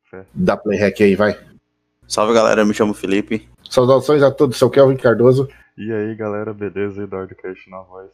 Fé. Dá play hack aí, vai. Salve, galera, eu me chamo Felipe. Saudações a todos, sou Kelvin Cardoso. E aí, galera, beleza? Eduardo Cash na voz.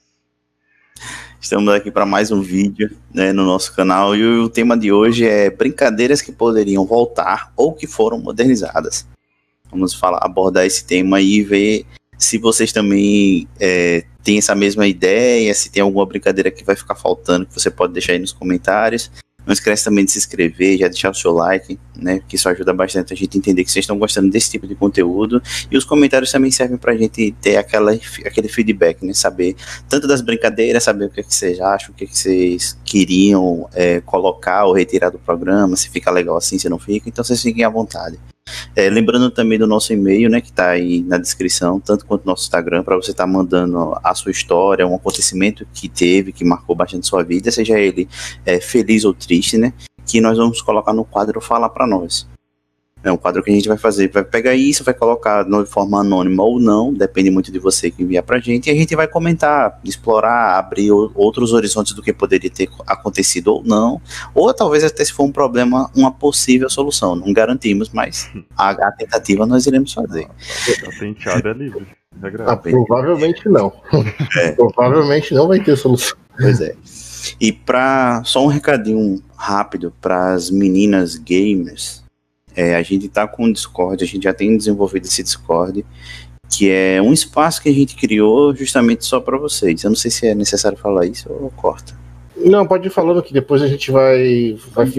Estamos aqui para mais um vídeo, né, no nosso canal, e o tema de hoje é brincadeiras que poderiam voltar ou que foram modernizadas. Vamos abordar esse tema e ver se vocês também têm essa mesma ideia, se tem alguma brincadeira que vai ficar faltando, que você pode deixar aí nos comentários. Não esquece também de se inscrever, já deixar o seu like, né, que isso ajuda bastante a gente entender que vocês estão gostando desse tipo de conteúdo. E os comentários também servem pra gente ter aquele feedback, né, saber tanto das brincadeiras, saber o que vocês acham, o que vocês queriam colocar ou retirar do programa, se fica legal assim, se não fica. Então vocês fiquem à vontade. Lembrando também do nosso e-mail, né, que está aí na descrição, tanto quanto no nosso Instagram, para você estar mandando a sua história, um acontecimento que teve, que marcou bastante sua vida, seja ele feliz ou triste, né, que nós vamos colocar no quadro Fala Pra Nós. É um quadro que a gente vai fazer, vai pegar isso, vai colocar de forma anônima ou não, depende muito de você que enviar pra gente, e a gente vai comentar, explorar, abrir outros horizontes do que poderia ter acontecido ou não, ou talvez até se for um problema, uma possível solução. Não garantimos, mas a tentativa nós iremos fazer. A tenteada é livre. Provavelmente não. Provavelmente não vai ter solução. Pois é. E só um recadinho rápido para as meninas gamers. A gente tá com o Discord, a gente já tem desenvolvido esse Discord, que é um espaço que a gente criou justamente só para vocês. Eu não sei se é necessário falar isso ou corta. Não, pode ir falando que depois a gente vai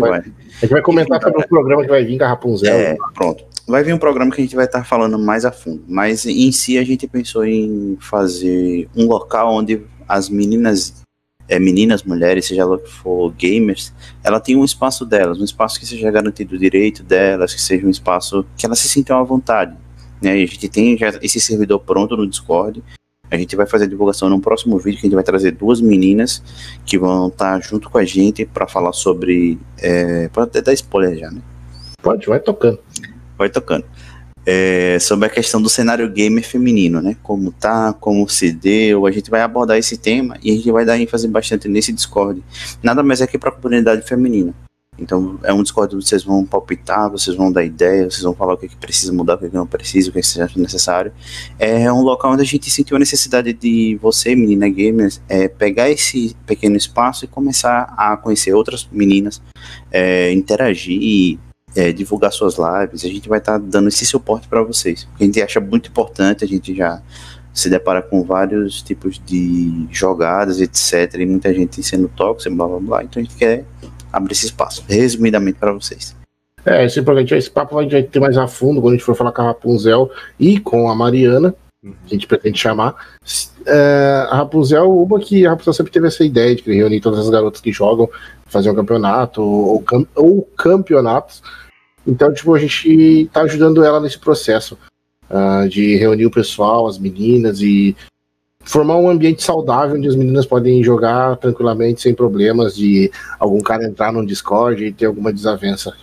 comentar sobre o programa que vai vir com a Rapunzel. Pronto. Vai vir um programa que a gente vai estar falando mais a fundo, mas em si a gente pensou em fazer um local onde as meninas, mulheres, seja lá que for gamers, ela tem um espaço delas, um espaço que seja garantido o direito delas, que seja um espaço que elas se sintam à vontade, né? E a gente tem já esse servidor pronto no Discord. A gente vai fazer a divulgação num próximo vídeo, que a gente vai trazer duas meninas que vão estar junto com a gente para falar sobre, pode até dar spoiler já, né? Pode, vai tocando. Vai tocando. Sobre a questão do cenário gamer feminino, né? Como tá, como se deu, a gente vai abordar esse tema e a gente vai dar ênfase bastante nesse Discord. Nada mais é que para a comunidade feminina. Então é um Discord onde vocês vão palpitar, vocês vão dar ideia, vocês vão falar o que precisa mudar, o que não precisa, o que vocês acham necessário. É um local onde a gente sentiu a necessidade de você, menina gamer, pegar esse pequeno espaço e começar a conhecer outras meninas, interagir, divulgar suas lives. A gente vai estar dando esse suporte para vocês, porque a gente acha muito importante. A gente já se depara com vários tipos de jogadas, etc, e muita gente sendo tóxica, blá blá blá, então a gente quer abrir esse espaço, resumidamente para vocês. Esse papo a gente vai ter mais a fundo quando a gente for falar com a Rapunzel e com a Mariana, que a gente pretende chamar. A Rapunzel, a Rapunzel sempre teve essa ideia de reunir todas as garotas que jogam, fazer um campeonato ou campeonatos. Então, a gente tá ajudando ela nesse processo de reunir o pessoal, as meninas, e formar um ambiente saudável onde as meninas podem jogar tranquilamente, sem problemas de algum cara entrar no Discord e ter alguma desavença.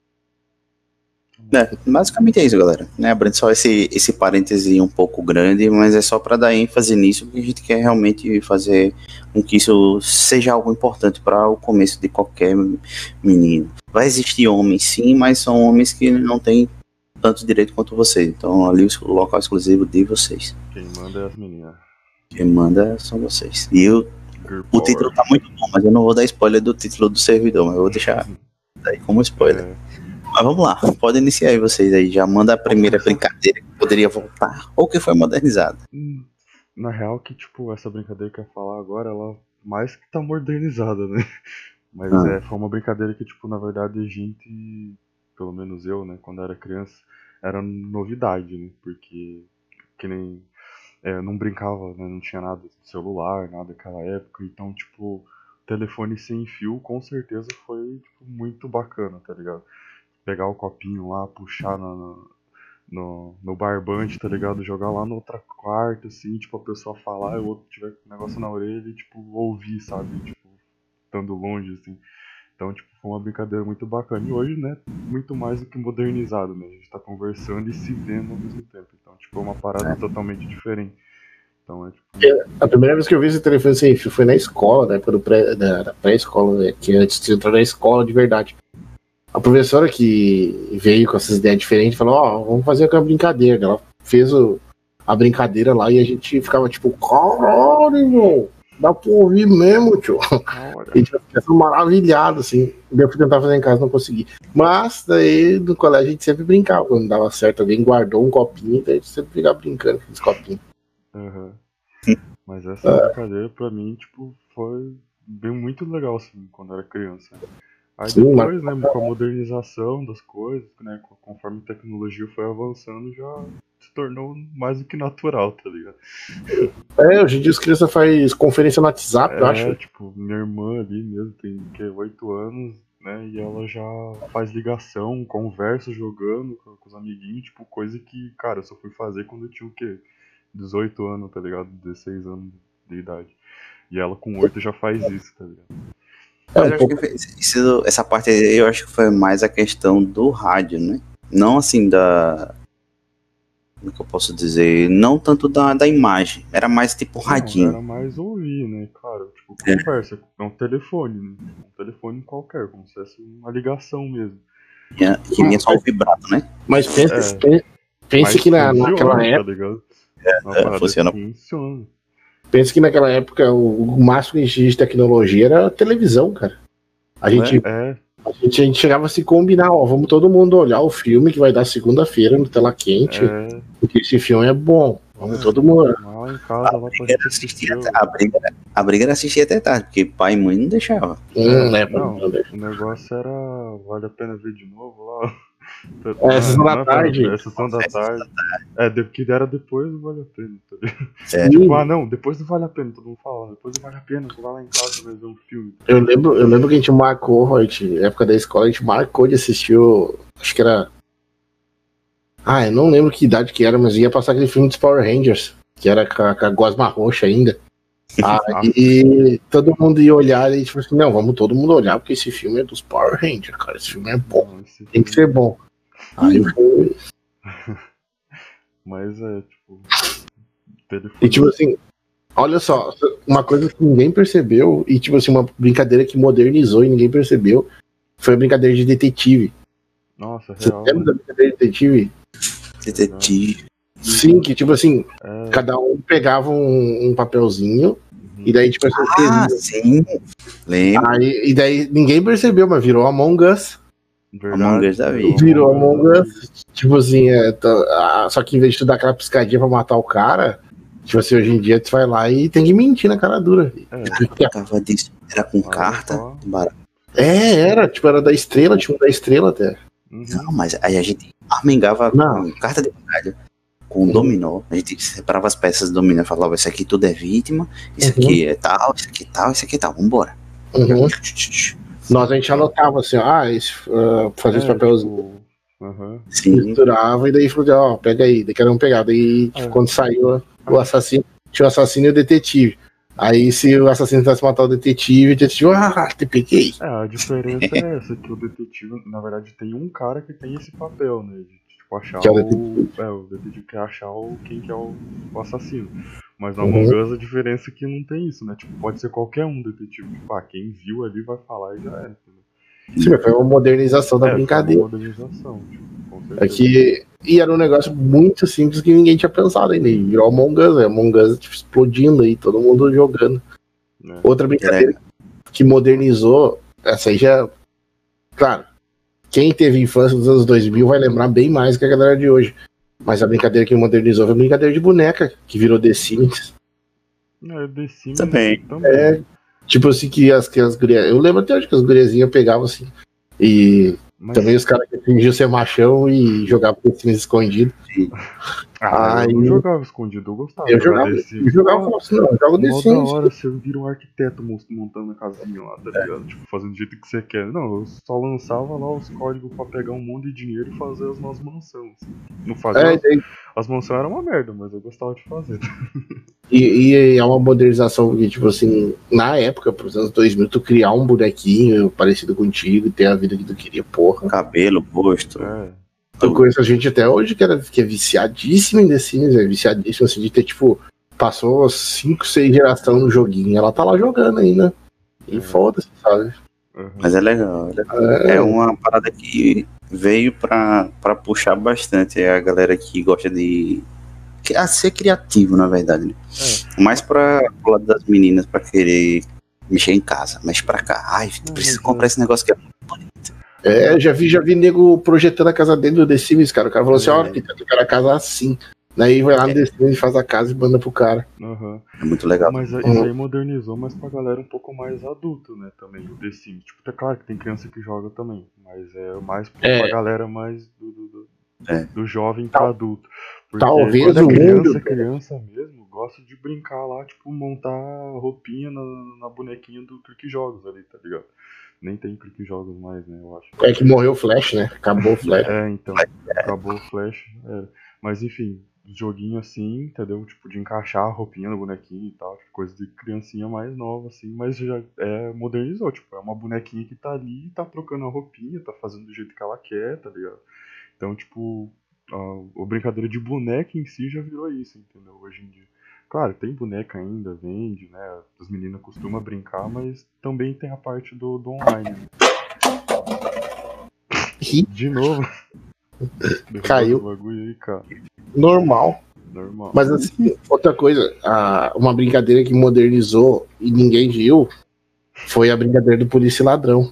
Basicamente é isso, galera, né? Abrindo só esse parêntese um pouco grande, mas é só para dar ênfase nisso, porque a gente quer realmente fazer com que isso seja algo importante para o começo de qualquer menino. Vai existir homens sim, mas são homens que não têm tanto direito quanto vocês, então ali o local exclusivo de vocês. Quem manda é as meninas. Quem manda são vocês. E o título tá muito bom, mas eu não vou dar spoiler do título do servidor, mas eu vou deixar daí como spoiler. Mas vamos lá, pode iniciar aí vocês aí, já manda a primeira brincadeira que poderia voltar ou que foi modernizada. Na real que, essa brincadeira que eu ia falar agora, ela mais que tá modernizada, né? Mas foi uma brincadeira que, na verdade, a gente, pelo menos eu, né, quando era criança, era novidade, né? Porque, que nem, não brincava, né, não tinha nada de celular, nada naquela época, então, telefone sem fio, com certeza foi, muito bacana, tá ligado? Pegar o copinho lá, puxar no barbante, tá ligado? Jogar lá no outro quarto, assim, a pessoa falar e o outro tiver com um negócio na orelha e, ouvir, sabe? Estando longe, assim. Então, foi uma brincadeira muito bacana. E hoje, né, muito mais do que modernizado, né? A gente tá conversando e se vendo ao mesmo tempo. Então, é uma parada totalmente diferente. Então, A primeira vez que eu vi esse telefone sem fio foi na escola, na época da pré-escola, né? Que antes de entrar na escola de verdade. A professora que veio com essas ideias diferentes falou, ó, vamos fazer uma brincadeira. Ela fez a brincadeira lá e a gente ficava tipo, caralho, irmão, dá pra ouvir mesmo, tio. A gente ficava maravilhado, assim. Eu fui tentar fazer em casa, não consegui. Mas daí no colégio a gente sempre brincava. Quando dava certo, alguém guardou um copinho, daí a gente sempre ficava brincando com esse copinho. Uhum. Mas essa brincadeira pra mim, tipo, foi bem muito legal, assim, quando eu era criança. Aí Sim, depois, né, com a modernização das coisas, né, conforme a tecnologia foi avançando, já se tornou mais do que natural, tá ligado? Hoje em dia as crianças fazem conferência no WhatsApp, eu acho. Tipo, minha irmã ali mesmo tem 8 anos, né, e ela já faz ligação, conversa jogando com os amiguinhos, tipo, coisa que, cara, eu só fui fazer quando eu tinha o quê? 18 anos, tá ligado? 16 anos de idade. E ela com 8 já faz isso, tá ligado? Mas eu acho que essa parte aí eu acho que foi mais a questão do rádio, né? Não assim como que eu posso dizer? Não tanto da imagem. Era mais tipo radinho. Era mais ouvir, né? Claro, tipo, conversa. É um telefone, né? Um telefone qualquer, como se fosse uma ligação mesmo. Que vinha só o vibrato, né? Mas pense que naquela época. Funciona. Pensa que naquela época o máximo que a gente tinha de tecnologia era a televisão, cara. A gente chegava a se combinar, ó, vamos todo mundo olhar o filme que vai dar segunda-feira no Tela Quente, porque esse filme é bom. Vamos todo mundo. Lá em casa, A briga era assistir até tarde, porque pai e mãe não deixavam. O negócio era vale a pena ver de novo lá. Sessão da tarde. Sessão da tarde. Que era depois do Vale a Pena. Tá tipo, não, depois do Vale a Pena, todo mundo fala, depois do Vale a Pena, tu vai lá em casa e ver um filme. Eu lembro que a gente marcou, época da escola, a gente marcou de assistir acho que era. Eu não lembro que idade que era, mas ia passar aquele filme dos Power Rangers, que era com a gosma roxa ainda. Aí todo mundo ia olhar e a gente falou assim, não, vamos todo mundo olhar, porque esse filme é dos Power Rangers, cara, esse filme é bom, tem que ser bom. Aí foi. Mas tipo. E tipo assim, olha só, uma coisa que ninguém percebeu, e tipo assim, uma brincadeira que modernizou e ninguém percebeu, foi a brincadeira de detetive. Nossa, real. Você lembra da brincadeira de detetive? Detetive. Sim, que tipo assim, cada um pegava um papelzinho, e daí tipo assim. Sim, lembro. E daí ninguém percebeu, mas virou Among Us. Among Us da vida. Virou Among Us. Tipo assim, só que em vez de tu dar aquela piscadinha pra matar o cara, tipo assim, hoje em dia tu vai lá e tem que mentir na cara dura. Era com carta. Era, tipo, era da estrela, tinha um da estrela até. Não, mas aí a gente armengava com carta de baralho, com dominó. A gente separava as peças do dominó e falava, isso aqui tudo é vítima, isso aqui é tal, isso aqui é tal, isso aqui é tal, vambora. Nós a gente anotava assim, fazia esse papelzinho. Misturava e daí falou, ó, pega aí, daí cada um pegava. Daí quando saiu o assassino, tinha o assassino e o detetive. Aí se o assassino tentasse matar o detetive te peguei. A diferença é essa, que o detetive, na verdade, tem um cara que tem esse papel, né? De tipo, achar o detetive quer achar quem que é o assassino. Mas na Among Us a diferença é que não tem isso, né? Tipo, pode ser qualquer um detetive. Tipo, quem viu ali vai falar e já é. Sim, mas foi uma modernização da brincadeira. Foi uma modernização, tipo, com certeza. E era um negócio muito simples que ninguém tinha pensado ainda. E virou Among Us, Among Us tipo, explodindo aí, todo mundo jogando. Outra brincadeira que modernizou, essa aí já. Claro, quem teve infância dos anos 2000 vai lembrar bem mais que a galera de hoje. Mas a brincadeira que modernizou foi a brincadeira de boneca, que virou The Sims. The Sims também. Tipo assim, que as gurias. Eu lembro até hoje que as guriazinhas pegavam assim. E também os caras que fingiam ser machão e jogavam The Sims escondido. Eu não jogava escondido, eu gostava. Eu jogava assim, não, eu jogo The Sims. Da hora você vira um arquiteto montando a casinha lá, tá ligado? Tipo, fazendo do jeito que você quer. Não, eu só lançava lá os códigos pra pegar um monte de dinheiro e fazer as nossas mansões. Assim. Não fazia. As mansões eram uma merda, mas eu gostava de fazer. E é uma modernização que, tipo assim, na época, pros anos 2000, tu criar um bonequinho parecido contigo, ter a vida que tu queria, porra. Cabelo, rosto. Eu conheço a gente até hoje que é viciadíssima em The Sims, viciadíssima, assim, de ter, tipo, passou 5, 6 gerações no joguinho, ela tá lá jogando ainda. E foda-se, sabe? Mas é legal. É uma parada que veio pra puxar bastante a galera que gosta de ser criativo, na verdade, né? Mais pra o lado das meninas, pra querer mexer em casa, mexe pra cá. Ai, preciso comprar esse negócio que é muito bonito. Já vi nego projetando a casa dele do The Sims, cara. O cara falou assim, olha, eu quero a casa assim. Daí vai lá no The Sims, faz a casa e manda pro cara. É muito legal. Mas isso aí modernizou, mas pra galera um pouco mais adulto, né, também, o The Sims. Tipo, tá claro que tem criança que joga também, mas é mais pra galera mais do jovem pra adulto. Porque talvez quando é criança mesmo, gosta de brincar lá, tipo, montar roupinha na bonequinha do Clique Jogos ali, tá ligado? Nem tem Clique Jogos mais, né, eu acho. É que morreu o Flash, né? Acabou o Flash. Então, acabou o Flash. Mas enfim, joguinho assim, entendeu? Tipo, de encaixar a roupinha no bonequinho e tal, tipo, coisa de criancinha mais nova, assim, mas já modernizou, tipo, é uma bonequinha que tá ali, tá trocando a roupinha, tá fazendo do jeito que ela quer, tá ligado? Então, tipo, a brincadeira de boneca em si já virou isso, entendeu? Hoje em dia. Claro, tem boneca ainda, vende, né? As meninas costumam brincar, mas também tem a parte do online, né? De novo. Caiu. Bagulho aí, cara. Normal. Mas assim, outra coisa, uma brincadeira que modernizou e ninguém viu foi a brincadeira do Polícia e Ladrão.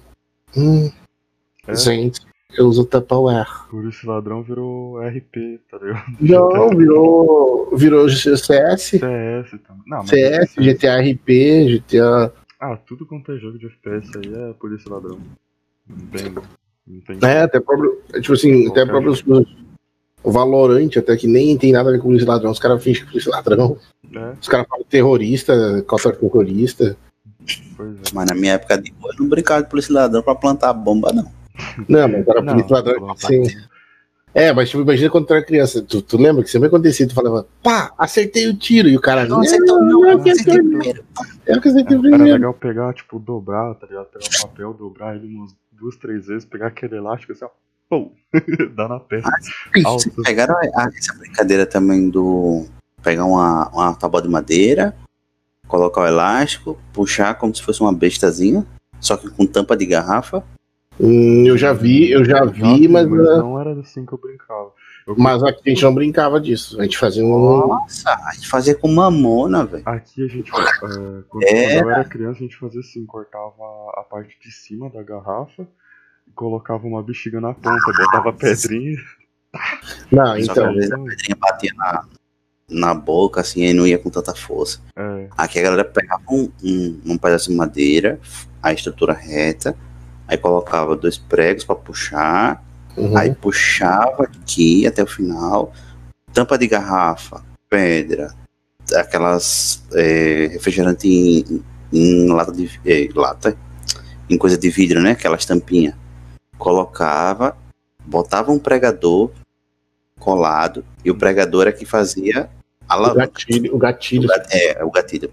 Gente, eu uso Tupperware. Polícia e Ladrão virou RP, tá ligado? Não, virou CS. CS também. Não, mas CS, GTA RP, GTA. Tudo quanto é jogo de FPS aí é Polícia e Ladrão. Não tem. Até próprio. Tipo assim, até próprio o Valorant, até que nem tem nada a ver com Polícia e Ladrão. Os caras fingem que Polícia e Ladrão. Os caras falam terrorista, contra-terrorista. Mas na minha época de rua eu não brincava de Polícia e Ladrão pra plantar bomba, não. Não, mas era Polícia e Ladrão assim. Mas tipo, imagina quando tu era criança. Tu lembra que sempre acontecia? Tu falava, pá, acertei o tiro. E o cara, não acertou, não, acertei primeiro. Eu que acertei primeiro. Era legal pegar, tipo, dobrar, tá ligado? Pegar o papel, dobrar ele umas 2, 3 vezes, pegar aquele elástico assim, ó, pum, dá na peça. Pegaram essa brincadeira também do pegar uma tábua de madeira, colocar o elástico, puxar como se fosse uma bestazinha, só que com tampa de garrafa. Eu já vi, mas não era assim que eu brincava. Mas aqui a gente não brincava disso. A gente fazia Nossa, a gente fazia com mamona, velho. Aqui a gente, quando eu era criança, a gente fazia assim, cortava a parte de cima da garrafa, colocava uma bexiga na ponta, botava pedrinha. Não, então. Só que às vezes a pedrinha batia na boca, assim, aí não ia com tanta força. Aqui a galera pegava um pedaço de madeira, a estrutura reta, aí colocava 2 pregos pra puxar, aí puxava aqui até o final, tampa de garrafa, pedra, aquelas refrigerante em lata, em coisa de vidro, né? Aquelas tampinhas. Colocava, botava um pregador colado, e o pregador era que fazia o gatilho. O gatilho.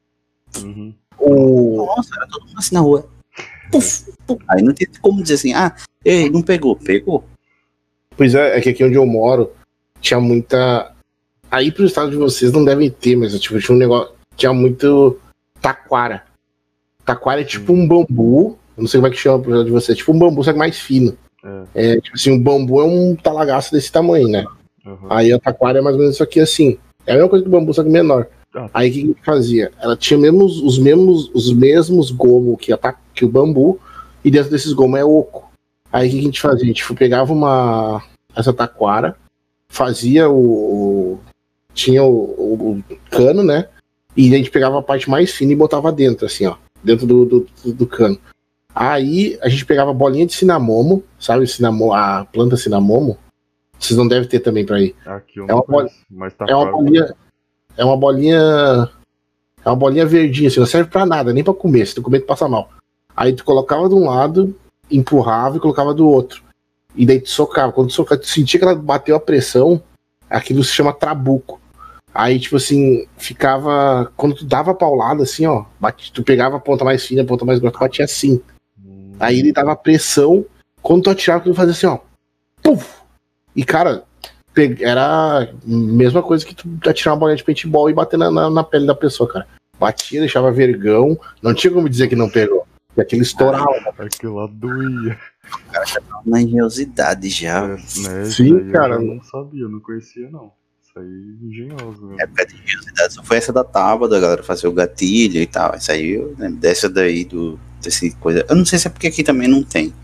Nossa, era todo mundo assim na rua. Puf, puf. Aí não tem como dizer assim, não pegou. Pois é que aqui onde eu moro tinha muita. Aí pros estados de vocês não devem ter, mas tipo, tinha um negócio. Tinha muito taquara. Taquara é tipo um bambu. Não sei como é que chama pro lado de vocês. Tipo um bambu, só que mais fino. Tipo assim, um bambu é um talagaço desse tamanho, né? Aí a taquara é mais ou menos isso aqui assim. É a mesma coisa que o bambu, só que menor. Aí o que a gente fazia? Ela tinha os mesmos gomos que o bambu, e dentro desses gomos é oco. Aí o que a gente fazia? A gente pegava essa taquara, fazia tinha o cano, né? E a gente pegava a parte mais fina e botava dentro, assim, ó. Dentro do cano. Aí a gente pegava a bolinha de cinamomo, sabe? A planta cinamomo. Vocês não devem ter também pra ir. Aqui eu não conheço, mas tá É uma bolinha verdinha, assim, não serve pra nada, nem pra comer, se tu comer tu passa mal. Aí tu colocava de um lado, empurrava e colocava do outro. E daí tu socava. Quando tu socava, tu sentia que ela bateu a pressão, aquilo se chama trabuco. Aí, tipo assim, ficava. Quando tu dava a paulada, assim, ó, tu pegava a ponta mais fina, a ponta mais grossa, batia assim. Aí ele dava pressão, quando tu atirava, tu fazia assim, ó. Puf! E, cara, era a mesma coisa que tu atirar uma bolinha de paintball e bater na pele da pessoa, cara. Batia, deixava vergão, não tinha como dizer que não pegou. E aquilo estourava. Aquilo lá doía. O cara já tava na engenhosidade já. Né? Sim, Isso aí cara. eu já não sabia, não conhecia não. Isso aí é engenhoso, né? Época de engenhosidade só foi essa da tábua, da galera fazer o gatilho e tal. Isso aí eu lembro dessa daí, desse coisa. Eu não sei se é porque aqui também não tem.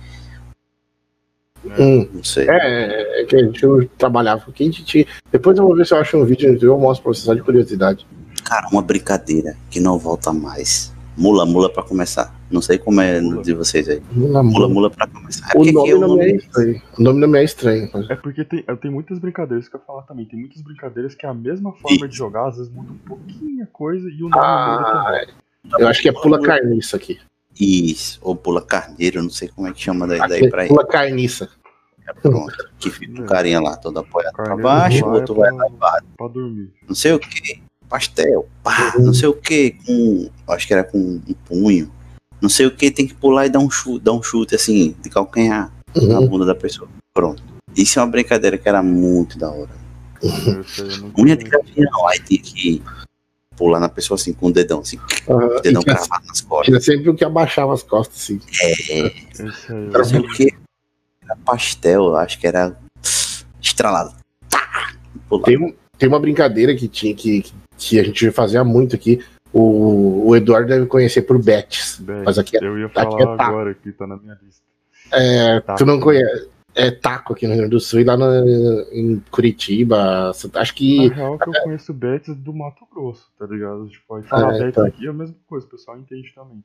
Não sei. É que a gente trabalhava aqui, a gente tinha... Depois eu vou ver se eu acho um vídeo no YouTube, eu mostro pra vocês só de curiosidade. Cara, uma brincadeira que não volta mais. Mula pra começar. Não sei como é no de vocês aí. Mula pra começar. O nome não é estranho. O nome não é estranho. É porque tem muitas brincadeiras que eu ia falar também. Tem muitas brincadeiras que é a mesma forma de jogar, às vezes muda um pouquinho a coisa e o nome muda também. Eu acho que é pula carniça aqui. Isso, ou pula carneiro, não sei como é que chama daí pra ir. Pula carniça. Pronto, que fica um carinha lá, todo apoiado pra baixo, o outro vai lá e bate. Pra dormir. Não sei o que, pastel, pá, não sei o que, acho que era com um punho. Não sei o que, tem que pular e dar um chute assim, de calcanhar na bunda da pessoa. Pronto. Isso é uma brincadeira que era muito da hora. Unha de gavião, aí tinha que pular na pessoa assim, com o dedão assim, o dedão cravado nas costas. Tinha sempre o que abaixava as costas, assim. Não sei o que, era pastel, acho que era estralado. Tem uma brincadeira que tinha que a gente fazia muito aqui. O Eduardo deve conhecer por Betis. Mas aqui eu ia falar agora, que tá na minha lista. Tu não conhece? É taco aqui no Rio Grande do Sul e lá em Curitiba. Acho que. Na real, que eu conheço Betis do Mato Grosso, tá ligado? Tipo, aí falar Betis aqui é a mesma coisa, o pessoal entende também.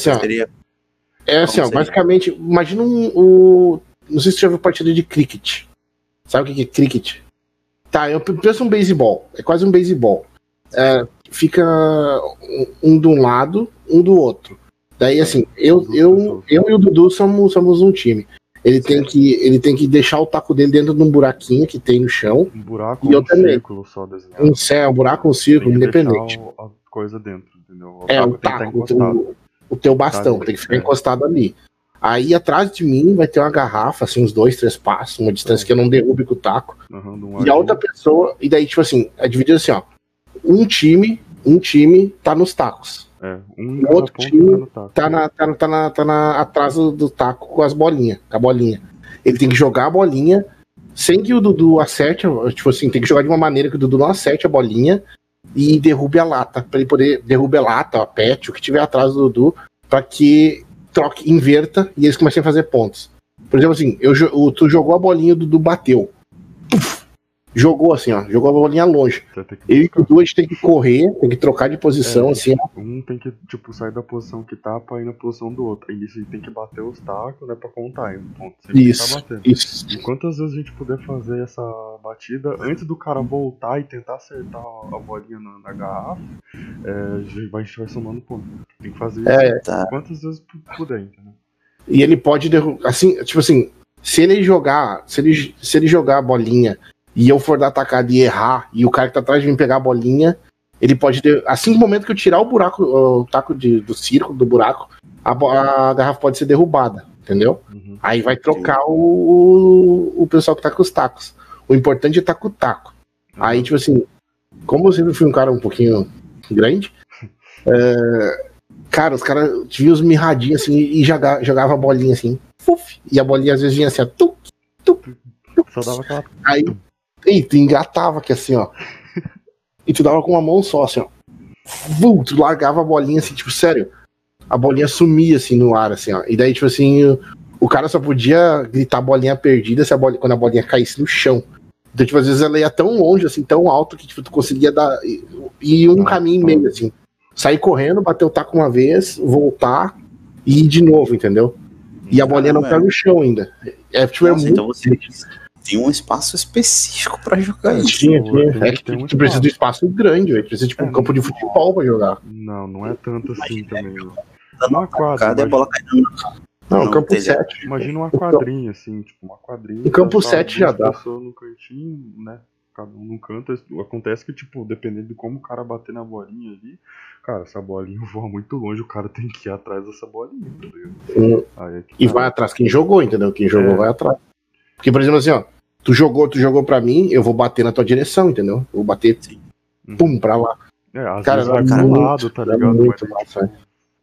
É assim, ó, basicamente, imagina não sei se você já viu partida de cricket. Sabe o que é cricket? Tá, eu penso um beisebol. É quase um beisebol. Fica um de um lado, um do outro. Daí, assim, eu e o Dudu somos um time. Ele tem que deixar o taco dele dentro de um buraquinho que tem no chão. Um buraco ou um círculo só desenhado. Um buraco ou um círculo, independente. A coisa dentro, entendeu? O taco, o teu bastão, tem que ficar encostado ali. Aí atrás de mim vai ter uma garrafa, assim, uns 2, 3 passos, uma distância que eu não derrube com o taco. E a outra pessoa, e daí, tipo assim, é dividido assim, ó. Um time tá nos tacos. O outro time tá atrás do taco com as bolinhas, com a bolinha. Ele tem que jogar a bolinha sem que o Dudu acerte, tipo assim, tem que jogar de uma maneira que o Dudu não acerte a bolinha e derrube a lata, pra ele poder derrubar a lata, a pet, o que tiver atrás do Dudu, pra que troque, inverta e eles comecem a fazer pontos. Por exemplo, assim, tu jogou a bolinha, o Dudu bateu. Puf, jogou assim, ó, jogou a bolinha longe. Eu e o Dudu, a gente tem que correr, tem que trocar de posição, assim. Um tem que, tipo, sair da posição que tá pra ir na posição do outro. Aí isso tem que bater os tacos, né, pra contar. Então, isso. E quantas vezes a gente puder fazer essa batida antes do cara voltar e tentar acertar a bolinha na garrafa, a gente vai somando ponto. Tem que fazer isso quantas vezes puder, entendeu? E ele pode derrubar, assim, tipo assim, se ele jogar a bolinha e eu for dar atacada e errar, e o cara que tá atrás de mim pegar a bolinha, ele pode assim no momento que eu tirar o taco do círculo, do buraco, a garrafa pode ser derrubada, entendeu? Aí vai trocar o pessoal que tá com os tacos. O importante é estar com o taco. Aí, tipo assim, como eu sempre fui um cara um pouquinho grande, cara, os caras tinham os mirradinhos assim e jogava a bolinha assim, e a bolinha às vezes vinha assim, ó, só dava aquela... Aí tu engatava aqui assim, ó. E tu dava com uma mão só, assim, ó. Tu largava a bolinha assim, tipo, sério. A bolinha sumia assim no ar, assim, ó. E daí, tipo assim, o cara só podia gritar bolinha perdida quando a bolinha caísse no chão. Então, tipo, às vezes ela ia tão longe, assim, tão alto que tipo, tu conseguia dar. Ir um caminho e meio, assim. Sair correndo, bater o taco uma vez, voltar e ir de novo, entendeu? E a bolinha não caiu no chão ainda. Nossa, então você tem um espaço específico pra jogar isso. Tinha. É que tu precisa de espaço grande, velho. Precisa de um campo de futebol pra jogar. Não é tanto assim também. Uma quadra, a bola caindo no campo 7. Imagina uma quadrinha, assim, tipo, uma quadrinha. No campo 7 já dá. No cantinho, né? Cada um no canto. Acontece que, tipo, dependendo de como o cara bater na bolinha ali, cara, essa bolinha voa muito longe, o cara tem que ir atrás dessa bolinha, tá ligado? E vai atrás quem jogou, entendeu? Quem jogou vai atrás. Porque, por exemplo, assim, ó, tu jogou pra mim, eu vou bater na tua direção, entendeu? Eu vou bater, pum, pra lá. Às vezes vai pro lado, tá ligado? Muito massa,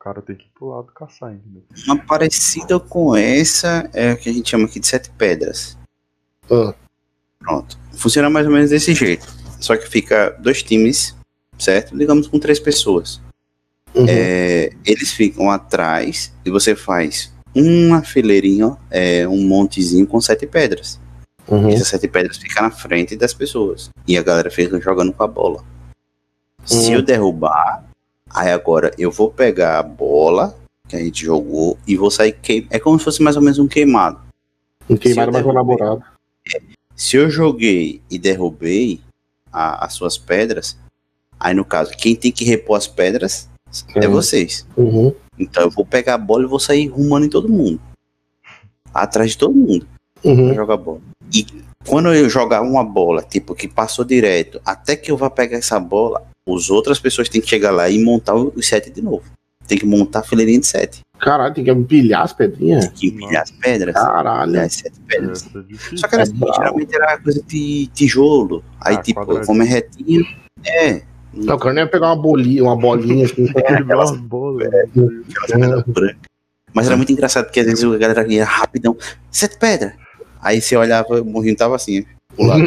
cara tem que ir pro lado caçar, entendeu? Uma parecida com essa é a que a gente chama aqui de 7 pedras. Pronto. Funciona mais ou menos desse jeito. Só que fica 2 times, certo? Digamos com 3 pessoas. Eles ficam atrás e você faz uma fileirinha, um montezinho com 7 pedras. Essas 7 pedras ficam na frente das pessoas. E a galera fica jogando com a bola. Se eu derrubar, aí agora eu vou pegar a bola que a gente jogou e vou sair É como se fosse mais ou menos um queimado. Um queimado mais elaborado. Se eu joguei e derrubei as suas pedras, aí no caso, quem tem que repor as pedras é vocês. Então eu vou pegar a bola e vou sair rumando em todo mundo. Atrás de todo mundo. Pra jogar bola. E quando eu jogar uma bola, tipo, que passou direto, até que eu vá pegar essa bola, as outras pessoas têm que chegar lá e montar os 7 de novo. Tem que montar a fileirinha de 7. Caralho, tem que empilhar as pedrinhas? Tem que empilhar as pedras. Caralho. Empilhar as 7 pedras. Só que era assim, geralmente era coisa de tijolo. Aí, tipo, como é retinho, Não, o cara nem ia pegar uma bolinha assim. Aquelas bolas brancas. Mas era muito engraçado, porque às vezes a galera ia rapidão. 7 pedras. Aí você olhava, o morrinho tava assim, pulado.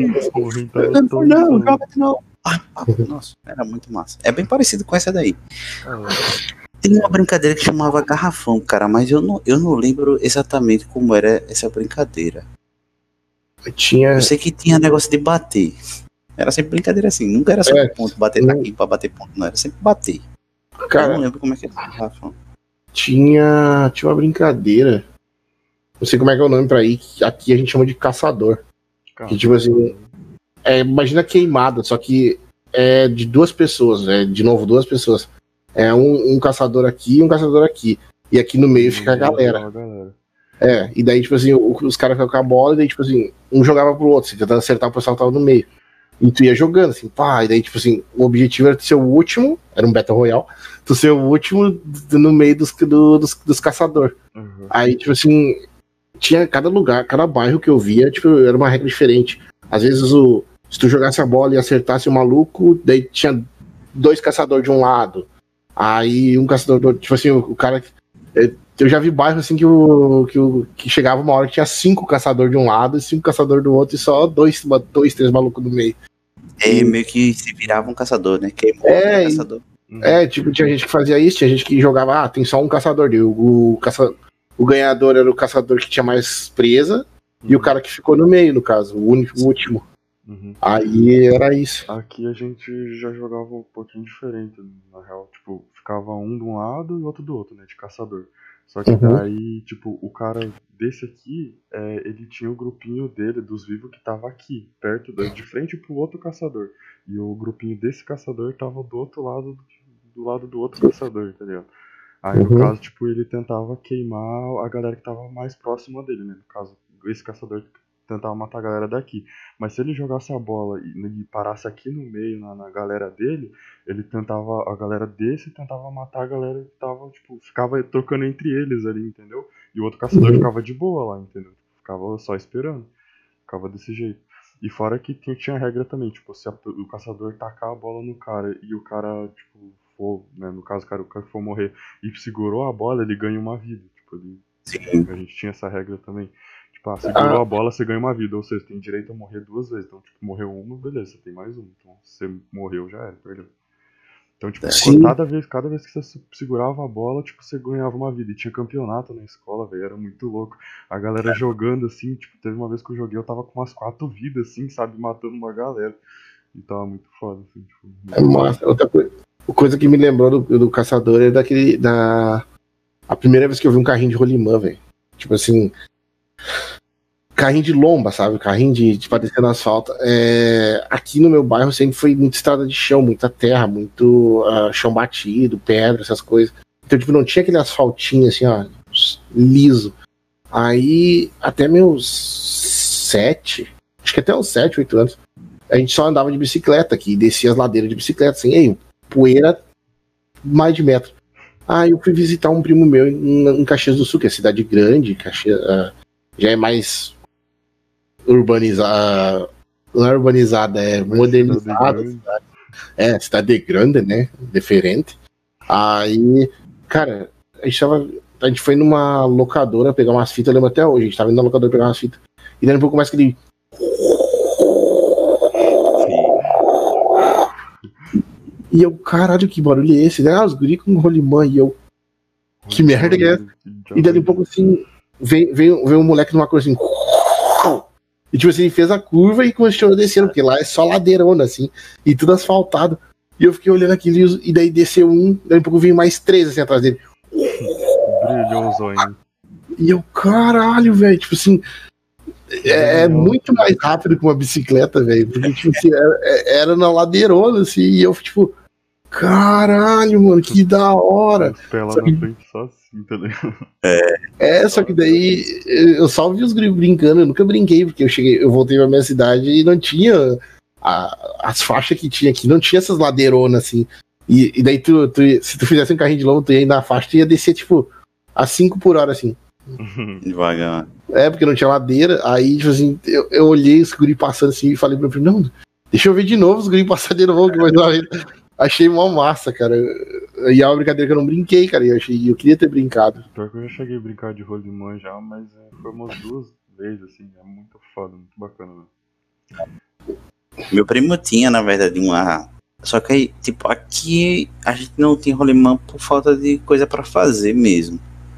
Não, joga de novo. Nossa, era muito massa. É bem parecido com essa daí. Tem uma brincadeira que chamava garrafão, cara, mas eu não lembro exatamente como era essa brincadeira. Eu sei que tinha negócio de bater. Era sempre brincadeira assim, nunca era só ponto, bater daqui pra bater ponto, não, era sempre bater. Cara, eu não lembro como é que era esse garrafão. Tinha uma brincadeira. Não sei como é que é o nome pra ir. Aqui a gente chama de caçador. Que tipo assim. Imagina queimada, só que é de 2 pessoas. De novo, 2 pessoas. É um caçador aqui e um caçador aqui. E aqui no meio fica a galera. E daí, tipo assim, os caras ficam com a bola e daí, tipo assim, um jogava pro outro, assim, tentando acertar o pessoal que tava no meio. E tu ia jogando, assim, pá, e daí, tipo assim, o objetivo era ser o último, era um Battle Royale, tu ser o último no meio dos caçadores. Aí, tipo assim, tinha cada lugar, cada bairro que eu via, tipo, era uma regra diferente. Às vezes, se tu jogasse a bola e acertasse o maluco, daí tinha 2 caçadores de um lado, aí um caçador do outro, tipo assim, o cara... Eu já vi bairro assim que chegava uma hora que tinha 5 caçadores de um lado e 5 caçadores do outro e só 2, 3 malucos no meio. Meio que se virava um caçador, né? Queimou caçador. Tipo, tinha gente que fazia isso, tinha gente que jogava, tem só um caçador. O ganhador era o caçador que tinha mais presa e o cara que ficou no meio, no caso, o último. Aí era isso. Aqui a gente já jogava um pouquinho diferente, na real. Tipo, ficava um de um lado e outro do outro, né? De caçador. Só que daí, tipo, o cara desse aqui, ele tinha o grupinho dele, dos vivos, que tava aqui, perto, de frente pro outro caçador. E o grupinho desse caçador tava do outro lado, do lado do outro caçador, tá ligado? Aí, no caso, tipo, ele tentava queimar a galera que tava mais próxima dele, né? No caso, esse caçador tentava matar a galera daqui. Mas se ele jogasse a bola e parasse aqui no meio, na galera dele, ele tentava, a galera desse tentava matar a galera que tava, tipo, ficava trocando entre eles ali, entendeu? E o outro caçador ficava de boa lá, entendeu? Ficava só esperando. Ficava desse jeito. E fora que tinha regra também, tipo, se o caçador tacar a bola no cara e o cara, tipo, for, né, no caso, o cara que for morrer e segurou a bola, ele ganha uma vida. Tipo, a gente tinha essa regra também. Tipo, segurou a bola, você ganha uma vida, ou seja, tem direito a morrer 2 vezes. Então, tipo, morreu uma, beleza, você tem mais uma. Então, você morreu, já era, perdeu. Então, tipo, cada vez que você segurava a bola, tipo, você ganhava uma vida. E tinha campeonato na escola, velho, era muito louco. A galera jogando, assim, tipo, teve uma vez que eu joguei, eu tava com umas 4 vidas, assim, sabe, matando uma galera. E tava muito foda, assim, tipo... massa. Outra coisa que me lembrou do caçador é a primeira vez que eu vi um carrinho de rolimã, velho. Tipo assim... carrinho de lomba, sabe? Carrinho de padecer no asfalto. Aqui no meu bairro sempre foi muita estrada de chão, muita terra, muito chão batido, pedra, essas coisas. Então, tipo, não tinha aquele asfaltinho assim, ó, liso. Aí, até meus 7, acho que até uns 7, 8 anos, a gente só andava de bicicleta aqui, descia as ladeiras de bicicleta, assim, aí, poeira mais de metro. Aí eu fui visitar um primo meu em Caxias do Sul, que é cidade grande, Caxias... já é mais urbanizada. Não é urbanizada, é modernizada. Cidade grande, né? Diferente. Aí Cara, a gente foi numa locadora pegar umas fitas, eu lembro até hoje, a gente tava indo na locadora pegar umas fitas. E daí um pouco mais que ele. E eu, caralho, que barulho é esse? Os guri com rolimã. E eu, que merda que é essa? E daí um pouco assim, veio um moleque numa coisa assim. E tipo assim, ele fez a curva e começou descendo, porque lá é só ladeirona, assim, e tudo asfaltado. E eu fiquei olhando aquilo, e daí desceu um, daí um pouco veio mais 3 assim atrás dele. Brilhou o zóio. E eu, caralho, velho, tipo assim, é muito mais rápido que uma bicicleta, velho, porque tipo assim, era na ladeirona, assim, e eu, tipo, caralho, mano, que da hora. Pé lá Só que- na frente só assim, tá ligado? Só que daí eu só vi os gringos brincando, eu nunca brinquei, porque eu voltei pra minha cidade e não tinha as faixas que tinha aqui, não tinha essas ladeironas assim. E daí se tu fizesse um carrinho de lombo, tu ia ir na faixa, tu ia descer tipo a 5 por hora, assim. Devagar. Porque não tinha ladeira, aí tipo assim, eu olhei os guri passando assim e falei pro meu primo, não, deixa eu ver de novo os guri passando de novo, que mais uma vez. Achei mó massa, cara. E é uma brincadeira que eu não brinquei, cara. Eu queria ter brincado. Pior que eu já cheguei a brincar de rolimã já, mas foi umas 2 vezes, assim. É muito foda, muito bacana, né? Meu primo tinha, na verdade, uma. Só que aí, tipo, aqui a gente não tem rolimã por falta de coisa pra fazer mesmo.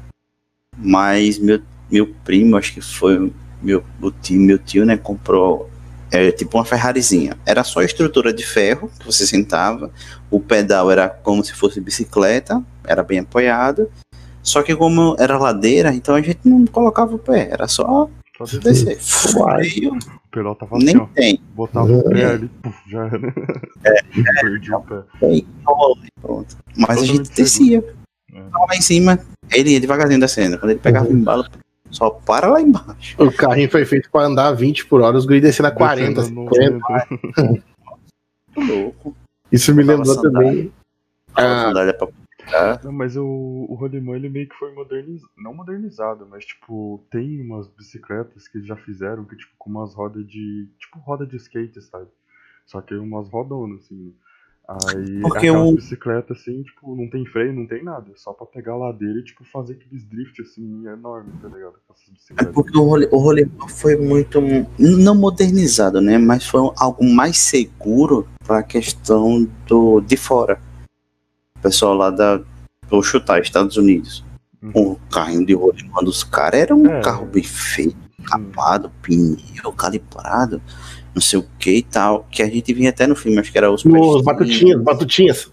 Mas meu primo, acho que foi meu tio, né, comprou tipo uma Ferrarizinha. Era só estrutura de ferro que você sentava. O pedal era como se fosse bicicleta, era bem apoiado. Só que como era ladeira, então a gente não colocava o pé, era só descer. Freio, O pedal tava assim, nem ó. tem. Botava o pé ali, puf, já era. Perdi o pé. Pronto. Mas a gente Totalmente descia. É. Tava lá em cima, ele ia devagarzinho descendo. Quando ele pegava o embalo, só para lá embaixo. O carrinho foi feito pra andar 20 por hora, os guri descendo a 40, Descendo 50. Louco. Isso me Botava lembrou sandália. também. Sandália pra puxar. Não, mas o rolimã ele meio que foi não modernizado, mas tipo, tem umas bicicletas que já fizeram que tipo com umas rodas de, tipo roda de skate, sabe? Só que umas rodonas assim, né? Aí Porque aquelas bicicletas assim, tipo, não tem freio, não tem nada, é só pra pegar a ladeira e tipo fazer aqueles drift assim enorme, tá ligado? Com essas É bicicletas. porque o rolimã foi muito, não modernizado, né? Mas foi algo mais seguro para a questão de fora. O pessoal lá vou chutar, Estados Unidos. O carrinho de rolimã dos caras era um carro bem feito, capado, pneu calibrado, não sei o que e tal. Que a gente vinha até no filme, acho que era os Batutinhas.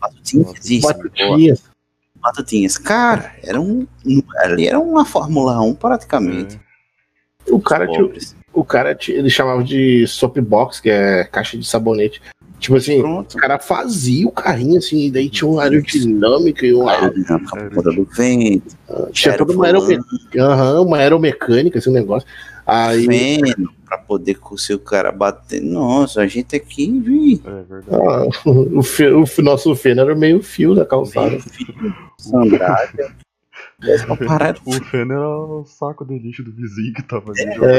Batutinhas. Cara, ali era uma Fórmula 1 praticamente. O cara ele chamava de soapbox, que é caixa de sabonete. Tipo assim, Pronto. o cara fazia o carrinho assim, e daí tinha um aerodinâmica e por conta do vento. tinha toda uma aeromecânica, esse negócio. Aí, Feno, pra poder conseguir o cara bater. Nossa, a gente aqui, vi. É verdade. o nosso feno era meio fio da calçada. Sandália. O Feno era o saco de lixo do vizinho que tava ali jogando.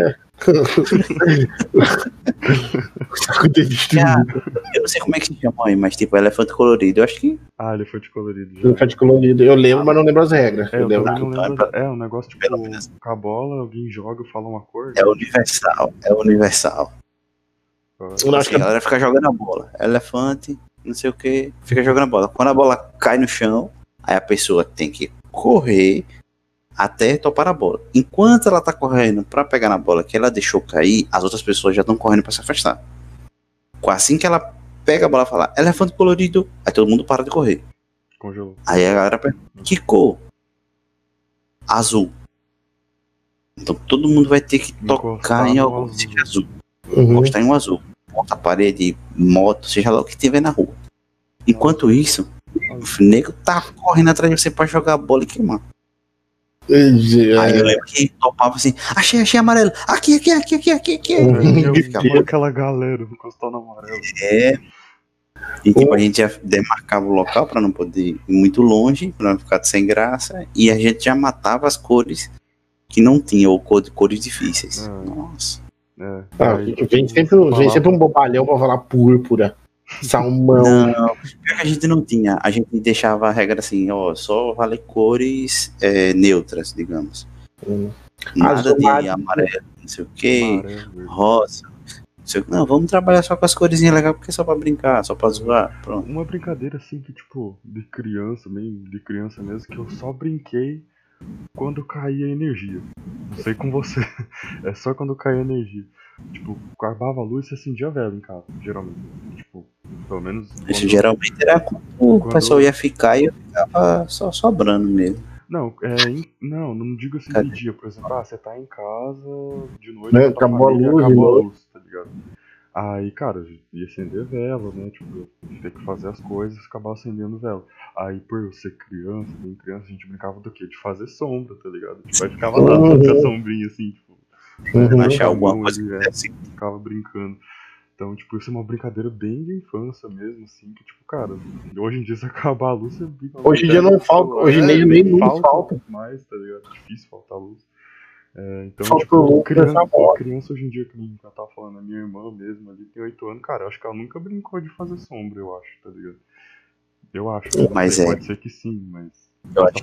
O saco de lixo do vizinho. Eu não sei como é que se chama aí, mas tipo, elefante colorido, eu acho que. Ele foi de colorido já. Elefante colorido. Eu lembro, mas não lembro as regras. Eu lembro. também não lembro. É um negócio tipo, com a bola, alguém joga e fala uma cor. É universal. Acho que a galera fica jogando a bola. Elefante, não sei o que, fica jogando a bola. Quando a bola cai no chão, aí a pessoa tem que correr até topar a bola. Enquanto ela tá correndo pra pegar na bola que ela deixou cair, as outras pessoas já estão correndo pra se afastar. Assim que ela pega a bola e fala, elefante colorido, aí todo mundo para de correr. Congelou. Aí a galera pergunta, que cor? Azul. Então todo mundo vai ter que tocar em algum que seja azul. Encostar em um azul. Porta, parede, moto, seja lá o que tiver na rua. Enquanto isso, o nego tá correndo atrás de você pra jogar a bola e queimar. Aí eu lembro que topava assim, achei amarelo, aqui. Aquela galera encostou no amarelo. E tipo, a gente já demarcava o local pra não poder ir muito longe, pra não ficar sem graça, e a gente já matava as cores que não tinham, ou cores difíceis. Nossa. Vem sempre um bobalhão pra falar púrpura. Salmão. Não, pior que a gente não tinha. A gente deixava a regra assim, ó, só vale cores neutras, digamos. Nada Azul, de amarelo, não sei o que, rosa. Não, vamos trabalhar só com as coresinhas legais, porque é só pra brincar, só pra zoar, pronto. Uma brincadeira assim que, tipo, de criança, bem de criança mesmo, que eu só brinquei quando caía a energia. Não sei com você, é só quando caía a energia. Tipo, acabava a luz e você acendia a vela em casa, geralmente. Tipo, pelo menos. Isso geralmente era quando o pessoal ia ficar e eu ficava só sobrando mesmo. Não, não digo assim de dia, por exemplo, você tá em casa de noite, Né, com a tua família, acabou a luz, tá ligado? Aí, cara, ia acender vela, né? Tipo, ter que fazer as coisas e acabar acendendo vela. Aí, por eu ser criança, bem criança, a gente brincava do quê? De fazer sombra, tá ligado? Tipo, aí ficava lá com a sombrinha assim, tipo. Achar alguma coisa assim. Ficava brincando. Então, tipo, isso é uma brincadeira bem de infância mesmo, assim, que, tipo, cara, hoje em dia se acabar a luz, você brinca. Hoje em dia não falta, hoje nem luz falta. Mais, tá ligado? É difícil faltar luz. Então, falta tipo, criança hoje em dia, que nem eu tava falando, a minha irmã mesmo ali tem 8 anos, cara, eu acho que ela nunca brincou de fazer sombra, eu acho, tá ligado? Eu acho, mas pode ser que sim, mas. Eu acho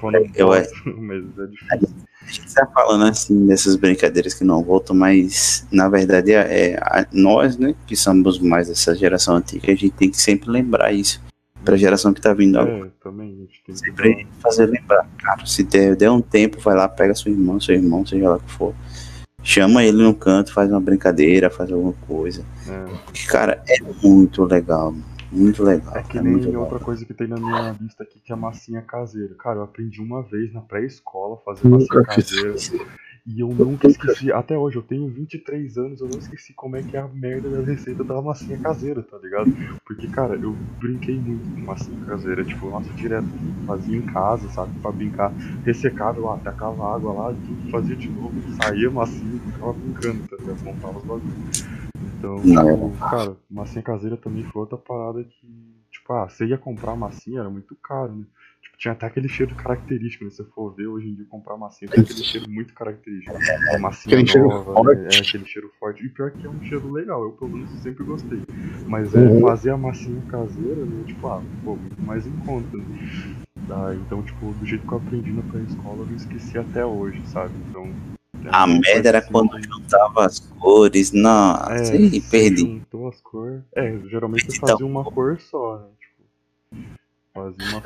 mas é difícil. A gente tá falando assim dessas brincadeiras que não voltam, mas na verdade nós, né, que somos mais dessa geração antiga, a gente tem que sempre lembrar isso pra geração que tá vindo agora. Também, a gente tem sempre fazer lembrar, cara, se der um tempo, vai lá, pega seu irmão, seja lá o que for, chama ele no canto, faz uma brincadeira, faz alguma coisa. Porque, cara, é muito legal, muito legal. É que nem outra coisa que tem na minha lista aqui, que é a massinha caseira. Cara, eu aprendi uma vez na pré-escola a fazer massinha caseira. E eu nunca esqueci, até hoje, eu tenho 23 anos, eu não esqueci como é que é a merda da receita da massinha caseira, tá ligado? Porque, cara, eu brinquei muito com massinha caseira, tipo, nossa, direto, fazia em casa, sabe, pra brincar, ressecava, eu tacava água lá, tudo, fazia de novo, saía massinha e ficava brincando, tá ligado? Montava os bagulhos. Então, tipo, cara, massinha caseira também foi outra parada que, tipo, você ia comprar massinha, era muito caro, né? Tipo, tinha até aquele cheiro característico, né? Se você for ver hoje em dia comprar massinha, tem aquele cheiro muito característico. A massinha aquele nova, né? Aquele cheiro forte. E pior que é um cheiro legal, eu pelo menos sempre gostei. Mas fazer a massinha caseira, né? Tipo, muito mais em conta, né? Então, tipo, do jeito que eu aprendi na pré-escola, eu não esqueci até hoje, sabe? Então. A merda era quando juntava as cores, nossa, e perdi. Juntou as cores. Geralmente você fazia uma cor só, né? Tipo, fazia uma eu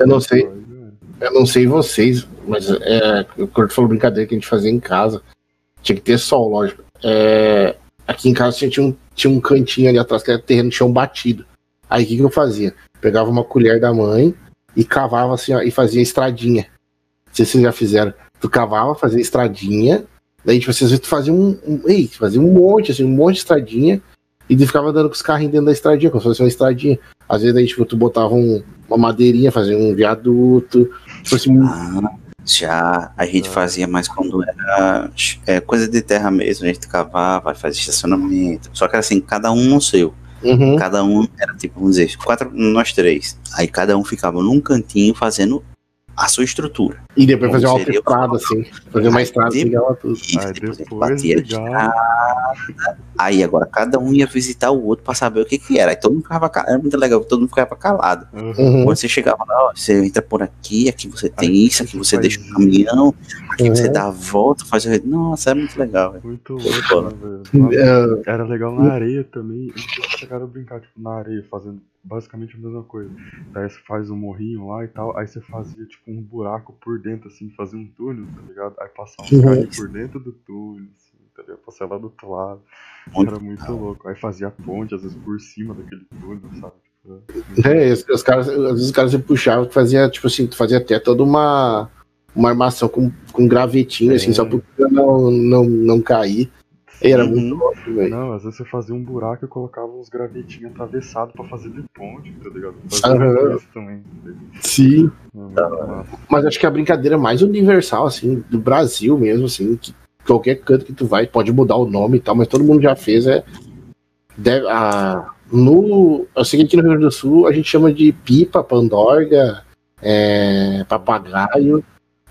não sei vocês, mas o Corto falou brincadeira que a gente fazia em casa. Tinha que ter sol, lógico. Aqui em casa tinha um cantinho ali atrás que era terreno de chão batido. Aí o que eu fazia? Pegava uma colher da mãe e cavava assim, ó, e fazia estradinha. Não sei se vocês já fizeram. Tu cavava, fazia estradinha. Daí, tipo, às vezes tu fazia fazia um monte de estradinha, e tu ficava dando com os carrinhos dentro da estradinha, como se fosse uma estradinha. Às vezes, daí, tipo, tu botava uma madeirinha, fazia um viaduto, tipo assim. Já a gente fazia mais quando era coisa de terra mesmo, a gente cavava, fazia estacionamento. Só que era assim, cada um no seu. Cada um era tipo, vamos dizer, nós 3. Aí cada um ficava num cantinho fazendo a sua estrutura. E depois fazer uma estrada, assim. Fazer uma estrada e ligava tudo. Depois batia a estrada. Aí agora cada um ia visitar o outro pra saber o que era. Aí todo mundo ficava calado. Era muito legal, todo mundo ficava calado. Quando você chegava lá, você entra por aqui você tem isso, aqui você deixa o caminhão, aqui você dá a volta, faz o. Nossa, era muito legal, velho. Muito louco, né, velho? Era legal na areia também. Eles chegaram a brincar, tipo, na areia, fazendo basicamente a mesma coisa. Daí você faz um morrinho lá e tal, aí você fazia tipo um buraco por dentro, assim, fazia um túnel, tá ligado? Aí passava um carrinho por dentro do túnel, assim, tá ligado? Passava lá do outro lado. Era muito louco. Aí fazia ponte, às vezes por cima daquele túnel, sabe? Os caras, às vezes os caras se puxavam, fazia, tipo assim, tu fazia até toda uma armação com gravetinho, assim, só pro cara não cair. Era muito louco, velho. Não, às vezes você fazia um buraco e colocava uns gravetinhos atravessados pra fazer de ponte, tá ligado? Fazia isso também. Sim. Mas acho que a brincadeira mais universal, assim, do Brasil mesmo, assim, que qualquer canto que tu vai, pode mudar o nome e tal, mas todo mundo já fez, eu sei que aqui no Rio Grande do Sul a gente chama de pipa, pandorga, papagaio.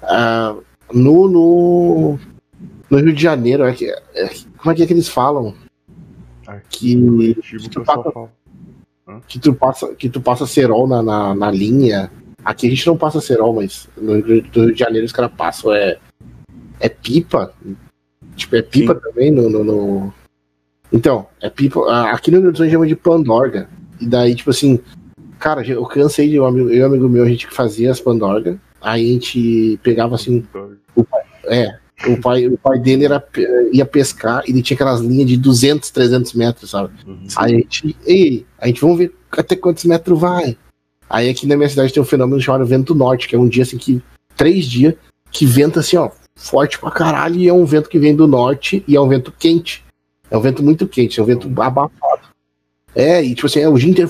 No Rio de Janeiro, como é que eles falam? Aqui no Curitiba, o pessoal fala. que tu passa cerol na linha. Aqui a gente não passa cerol, mas no Rio de Janeiro os caras passam é pipa. Tipo, é pipa Sim. também no. Então, é pipa. Aqui no Rio Grande do Sul a gente chama de pandorga. E daí, tipo assim, cara, eu cansei de eu e um amigo meu, a gente fazia as pandorgas. Aí a gente pegava assim. O pai dele ia pescar e ele tinha aquelas linhas de 200, 300 metros, sabe? Aí a gente vamos ver até quantos metros vai. Aí aqui na minha cidade tem um fenômeno chamado vento norte, que é um dia assim que 3 dias que venta assim, ó, forte pra caralho, e é um vento que vem do norte e é um vento quente. É um vento muito quente, é um vento abafado. E tipo assim, é o dia inteiro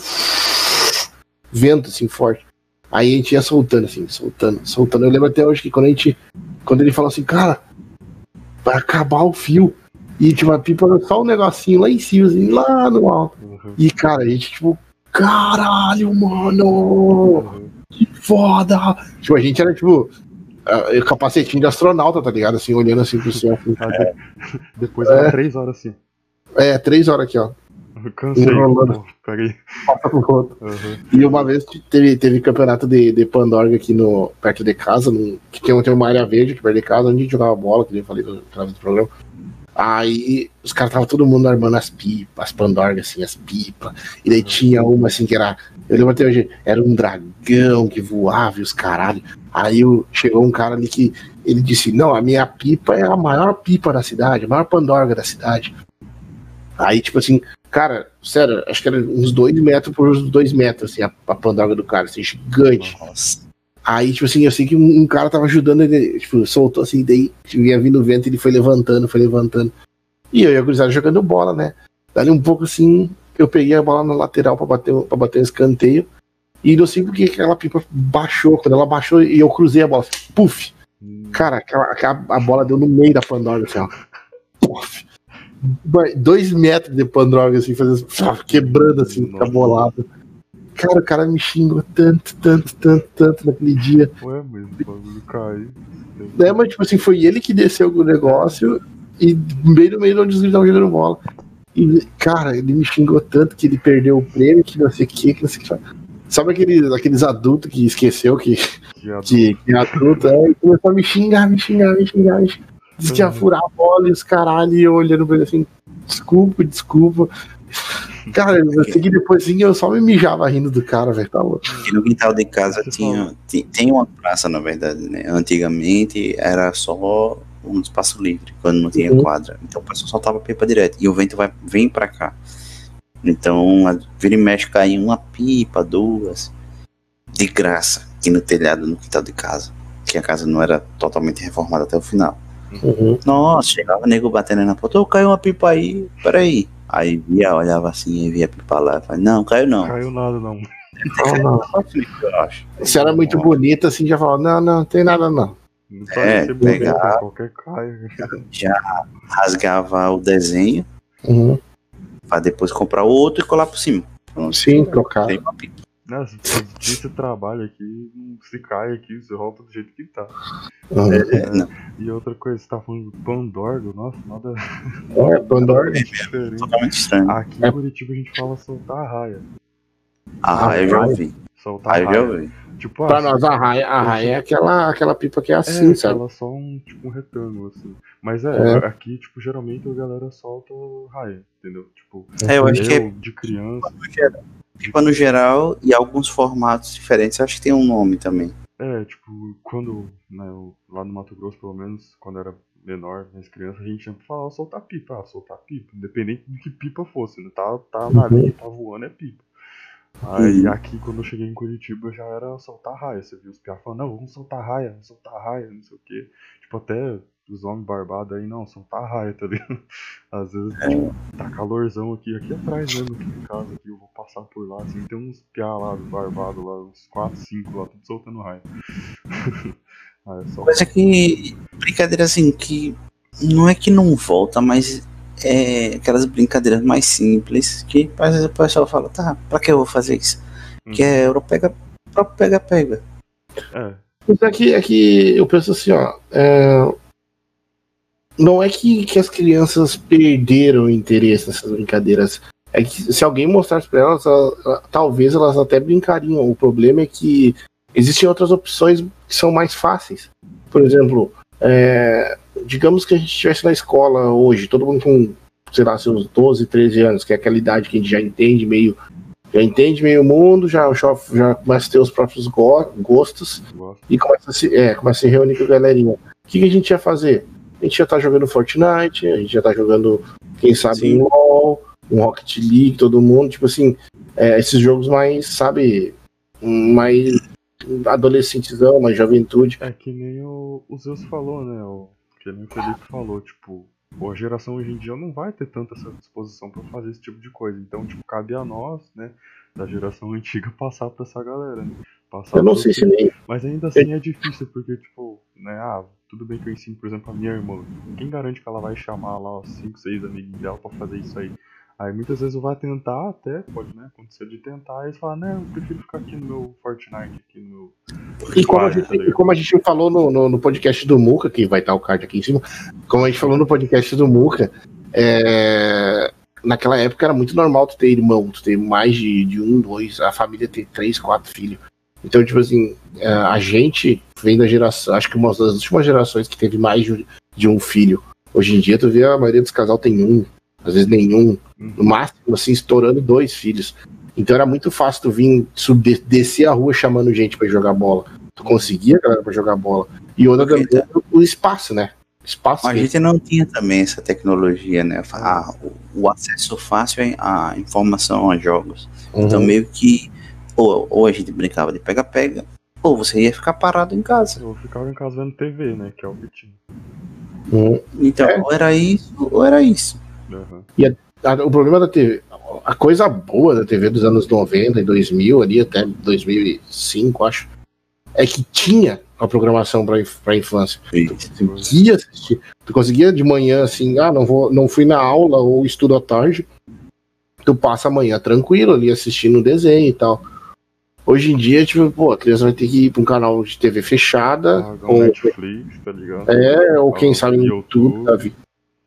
vento assim forte. Aí a gente ia soltando assim, soltando. Eu lembro até hoje que quando ele falou assim, cara, vai acabar o fio. E tipo, a pipa só um negocinho lá em cima, assim, lá no alto. E cara, a gente tipo, caralho, mano! Que foda! Tipo, a gente era tipo capacetinho de astronauta, tá ligado? Assim, olhando assim pro céu. Assim. Depois era 3 horas assim. 3 horas aqui, ó. Cansei, peguei. E uma vez teve campeonato de pandorga aqui perto de casa, que tem uma área verde aqui perto de casa, onde a gente jogava bola, que eu falei no programa. Aí os caras estavam todo mundo armando as pipas, as pandorgas, assim, as pipas. E daí tinha uma assim que era. Eu lembro até hoje, era um dragão que voava e os caralho. Aí chegou um cara ali que ele disse: não, a minha pipa é a maior pipa da cidade, a maior pandorga da cidade. Aí, tipo assim, cara, sério, acho que era uns 2 metros por uns 2 metros, assim, a pandorga do cara, assim, gigante. Nossa. Aí, tipo assim, eu sei que um cara tava ajudando ele, tipo, soltou assim, daí ia vindo o vento e ele foi levantando. E eu e a gurizada jogando bola, né? Daí um pouco assim, eu peguei a bola na lateral pra bater um escanteio. E não sei porque aquela pipa baixou. Quando ela baixou e eu cruzei a bola, assim, puf! Cara, a bola deu no meio da pandorga, assim, ó. Puf! 2 metros de pandorga, assim, fazendo, quebrando, assim, cabolado. Cara, o cara me xingou tanto naquele dia. Ué, mas o bagulho caiu. Mas tipo assim, foi ele que desceu o negócio e bem no meio de onde eles estavam jogando bola. E, cara, ele me xingou tanto que ele perdeu o prêmio, que não sei o que. Sabe aqueles adultos que esqueceu que é adulto, e começou a me xingar. Disse que ia furar a bola e os caralho, e eu olhando pra ele assim, desculpa. Cara, eu sei que depois eu só me mijava rindo do cara, velho, tá louco. Aqui no quintal de casa tem uma praça, na verdade, né? Antigamente era só um espaço livre, quando não tinha quadra. Então o pessoal soltava pipa direto, e o vento vem pra cá. Então, vira e mexe, cai uma pipa, 2, de graça, aqui no telhado, no quintal de casa. Que a casa não era totalmente reformada até o final. Nossa, chegava o nego batendo na porta, caiu uma pipa aí, peraí. Aí olhava assim e via a pipa lá, falei, não, caiu não. Caiu nada não. Não. Se era muito bonita, assim, já falava, não tem nada não. Pegava, qualquer caio. Já rasgava o desenho, pra depois comprar outro e colar por cima. Sim, trocar. Esse trabalho aqui, se cai aqui, você volta do jeito que tá. E outra coisa, você tá falando do pandorga, nossa, nada. Pandorga é totalmente estranho. Aqui em Curitiba a gente fala soltar a raia. A raia eu já ouvi. Soltar a raia. Já ouvi. Tipo, pra nós a raia é aquela pipa que é assim, sabe? Ela só um retângulo, assim. Mas aqui, tipo, geralmente a galera solta raia, entendeu? Tipo, eu acho que é de criança. Pipa no geral e alguns formatos diferentes, acho que tem um nome também. Tipo, quando, né, lá no Mato Grosso, pelo menos, quando era menor, mais criança, a gente sempre falava soltar pipa, independente de que pipa fosse, né? Tá na linha, tá voando, é pipa. Aí aqui, quando eu cheguei em Curitiba, já era soltar raia, você viu os piá falando, não, vamos soltar raia, não sei o que. Tipo, até os homens barbados aí, não, soltar raia, tá ligado? Às vezes, tipo, tá calorzão aqui atrás mesmo, aqui em casa, aqui, eu vou passar por lá, assim, tem uns piá lá, barbados lá, uns 4, 5 lá, tudo soltando raia. Coisa que, brincadeira assim, que não é que não volta, mas é aquelas brincadeiras mais simples, que às vezes o pessoal fala, tá, pra que eu vou fazer isso? Que é o próprio pega. Mas é que eu penso assim, ó, não é que as crianças perderam o interesse nessas brincadeiras, É que se alguém mostrasse pra elas, talvez elas até brincariam. O problema é que existem outras opções que são mais fáceis. Por exemplo, digamos que a gente estivesse na escola hoje, todo mundo com, sei lá, seus 12, 13 anos, que é aquela idade que a gente já entende meio o mundo, já começa a ter os próprios gostos e começa a se reunir com a galerinha. O que a gente ia fazer? A gente ia estar jogando Fortnite, a gente ia estar jogando, quem sabe, um LoL, um Rocket League, todo mundo, tipo assim, esses jogos mais, sabe, mais adolescentezão, mais juventude. É que nem o Zeus falou, né? Que nem o Felipe falou, tipo, a geração hoje em dia não vai ter tanta essa disposição pra fazer esse tipo de coisa. Então, tipo, cabe a nós, né, da geração antiga, passar pra essa galera, né? Eu não sei se nem... Mas ainda assim é difícil, porque, tipo, né, tudo bem que eu ensino, por exemplo, a minha irmã. Quem garante que ela vai chamar lá os 5, 6 amiguinhos dela pra fazer isso aí? Aí muitas vezes vai tentar, até pode, né, acontecer de tentar, e eles falam, né, eu prefiro ficar aqui no meu Fortnite, aqui no meu... E como a gente falou no podcast do Muca, que vai estar o card aqui em cima, como a gente falou no podcast do Muca, naquela época era muito normal tu ter irmão, tu ter mais de um, dois, a família ter 3, 4 filhos. Então, tipo assim, a gente vem da geração, acho que uma das últimas gerações que teve mais de um filho. Hoje em dia, tu vê a maioria dos casal tem um, às vezes nenhum, no máximo, assim, estourando 2 filhos. Então era muito fácil tu vir descer a rua chamando gente pra jogar bola. Tu conseguia, galera, pra jogar bola. E outra também, o espaço, né? A gente não tinha também essa tecnologia, né? O acesso fácil à informação, a jogos. Então meio que ou a gente brincava de pega-pega, ou você ia ficar parado em casa. Eu ficava em casa vendo TV, né? Que é o que tinha. Então, ou era isso, ou era isso. Uhum. E o problema da TV, a coisa boa da TV dos anos 90 e 2000, ali até 2005, acho, é que tinha a programação pra infância. Tu conseguia assistir. Tu conseguia de manhã, assim, não fui na aula ou estudo à tarde. Tu passa a manhã tranquilo ali assistindo o desenho e tal. Hoje em dia, tipo, a criança vai ter que ir pra um canal de TV fechada. Ou Netflix, tá ligado? Ou quem sabe no YouTube da vida.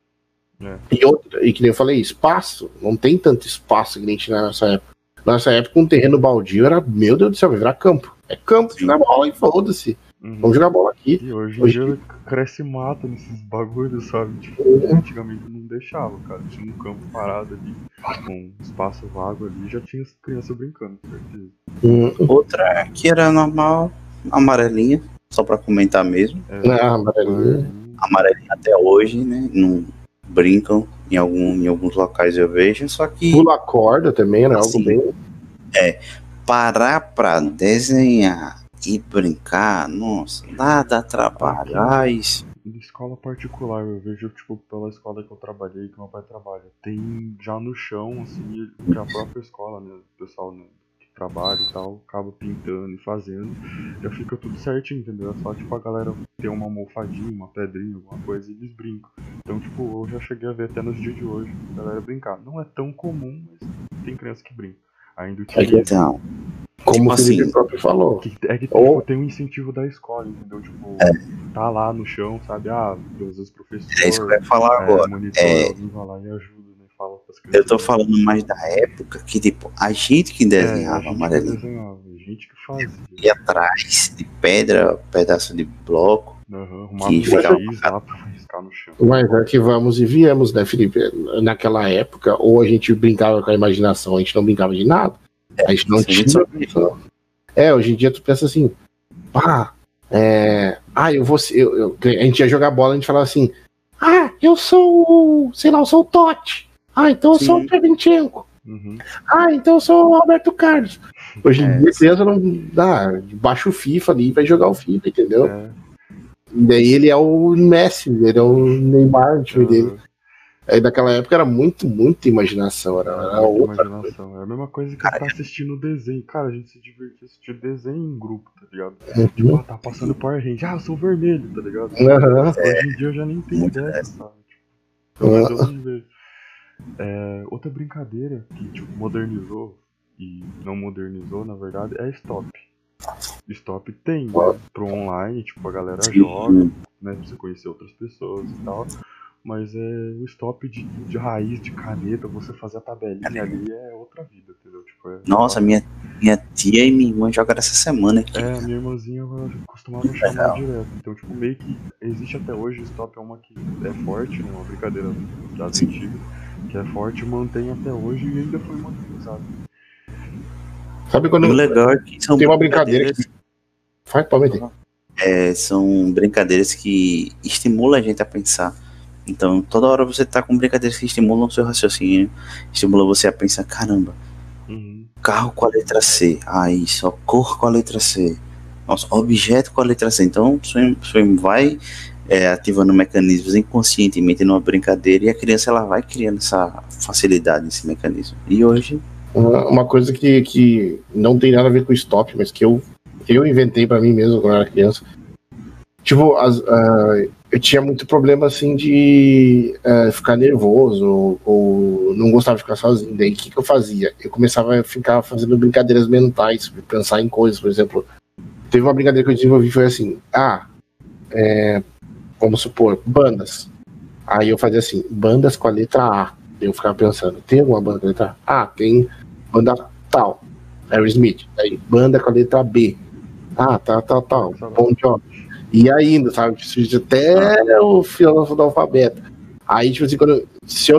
E que nem eu falei, espaço, não tem tanto espaço que nem tinha nessa época. Nessa época, um terreno baldio era, meu Deus do céu, vai virar campo. É campo, jogar bola e foda-se. Vamos jogar bola aqui. E hoje em dia cresce mato nesses bagulhos, sabe? Tipo, antigamente não deixava, cara. Tinha um campo parado ali, com espaço vago ali, já tinha as crianças brincando, com certeza. Outra que era normal, amarelinha, só pra comentar mesmo. Amarelinha até hoje, né? Não brincam em alguns locais, eu vejo, só que... Pula corda também era algo bem... Parar pra desenhar e brincar, nossa, dá trabalho. Em escola particular, eu vejo, tipo, pela escola que eu trabalhei, que meu pai trabalha, tem já no chão, assim, que a própria escola, né, o pessoal, né, que trabalha e tal, acaba pintando e fazendo, já fica tudo certinho, entendeu? É só, tipo, a galera ter uma almofadinha, uma pedrinha, alguma coisa, e eles brincam. Então, tipo, eu já cheguei a ver até nos dias de hoje, a galera brincar. Não é tão comum, mas tem criança que brinca. Ainda Então, como o Felipe próprio falou. Que tipo, tem um incentivo da escola, entendeu? Tipo, tá lá no chão, sabe? Às vezes professor. É isso que eu ia falar agora. Monitor, alguém vai lá e ajuda, né? Fala pras crianças. Eu tô falando mais da época que, tipo, a gente que desenhava amarelinho. A gente que fazia. Ia atrás de pedra, pedaço de bloco. Arrumava um giz lá pra riscar no chão. Mas é que vamos e viemos, né, Felipe? Naquela época, ou a gente brincava com a imaginação, a gente não brincava de nada. A gente não tinha. Hoje em dia tu pensa assim, a gente ia jogar bola, a gente falava assim, eu sou, sei lá, eu sou o Totti. Então eu sou o Trevinchenko. Então eu sou o Alberto Carlos. Hoje em dia a criança não dá, baixa o FIFA ali e vai jogar o FIFA, entendeu? Daí ele é o Messi, ele é o Neymar, o time dele. Aí naquela época era muita imaginação. Era outra imaginação. É a mesma coisa que tá assistindo desenho. Cara, a gente se divertia assistindo desenho em grupo, tá ligado? Tipo, tá passando Power Rangers, eu sou vermelho, tá ligado? Hoje em dia eu já nem tenho dessa, sabe? Tipo, outra brincadeira que tipo, modernizou e não modernizou, na verdade, é Stop. Stop tem, né? Pro online, tipo, a galera joga, né? Pra você conhecer outras pessoas e tal. Mas o stop de raiz, de caneta, você fazer a tabelinha ali é outra vida, entendeu? Tipo, Nossa, minha tia e minha irmã jogaram essa semana aqui. a minha irmãzinha ela costumava chamar direto. Então, tipo, meio que existe até hoje, o stop é uma que é forte, né? Uma brincadeira das Sim. antigas, que é forte, mantém até hoje e ainda foi modernizado. Sabe O quando legal é que são tem uma brincadeira que faz pra meter? são brincadeiras que estimulam a gente a pensar. Então, toda hora você tá com brincadeiras que estimulam o seu raciocínio, estimulam você a pensar, caramba, carro com a letra C, isso, cor com a letra C, nossa, objeto com a letra C. Então, você vai ativando mecanismos inconscientemente numa brincadeira e a criança ela vai criando essa facilidade nesse mecanismo. E hoje... Uma coisa que não tem nada a ver com stop, mas que eu inventei pra mim mesmo quando eu era criança. Tipo, eu tinha muito problema assim de ficar nervoso ou não gostava de ficar sozinho. Daí o que eu fazia? Eu começava a ficar fazendo brincadeiras mentais, pensar em coisas, por exemplo. Teve uma brincadeira que eu desenvolvi, foi assim, vamos supor, bandas. Aí eu fazia assim, bandas com a letra A. Eu ficava pensando, tem alguma banda com a letra A? Tem banda tal, Aerosmith. Aí, banda com a letra B. Tal. Bon Jovi. E ainda, sabe? Até o filósofo do alfabeto. Aí, tipo assim, se eu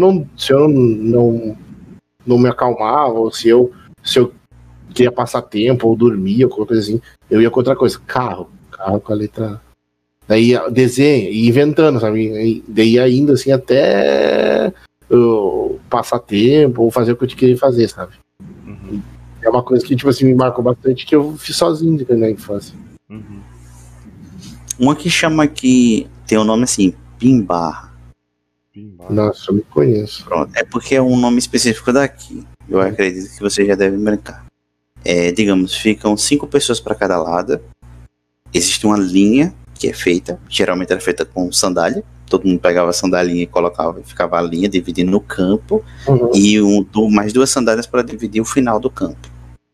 não me acalmava, ou se eu queria passar tempo, ou dormir, ou qualquer coisa assim, eu ia com outra coisa. Carro com a letra. Daí desenho, e inventando, sabe? E daí ainda assim, até eu passar tempo, ou fazer o que eu queria fazer, sabe? É uma coisa que, tipo assim, me marcou bastante, que eu fiz sozinho na infância. Uma que chama aqui, tem um nome assim, Pimbarra. Nossa, eu me conheço. Pronto, é porque é um nome específico daqui. Eu acredito que você já deve brincar. Digamos, ficam 5 pessoas para cada lado. Existe uma linha que é feita, geralmente era feita com sandália. Todo mundo pegava a sandalinha e colocava, e ficava a linha dividindo no campo. E mais 2 sandálias para dividir o final do campo.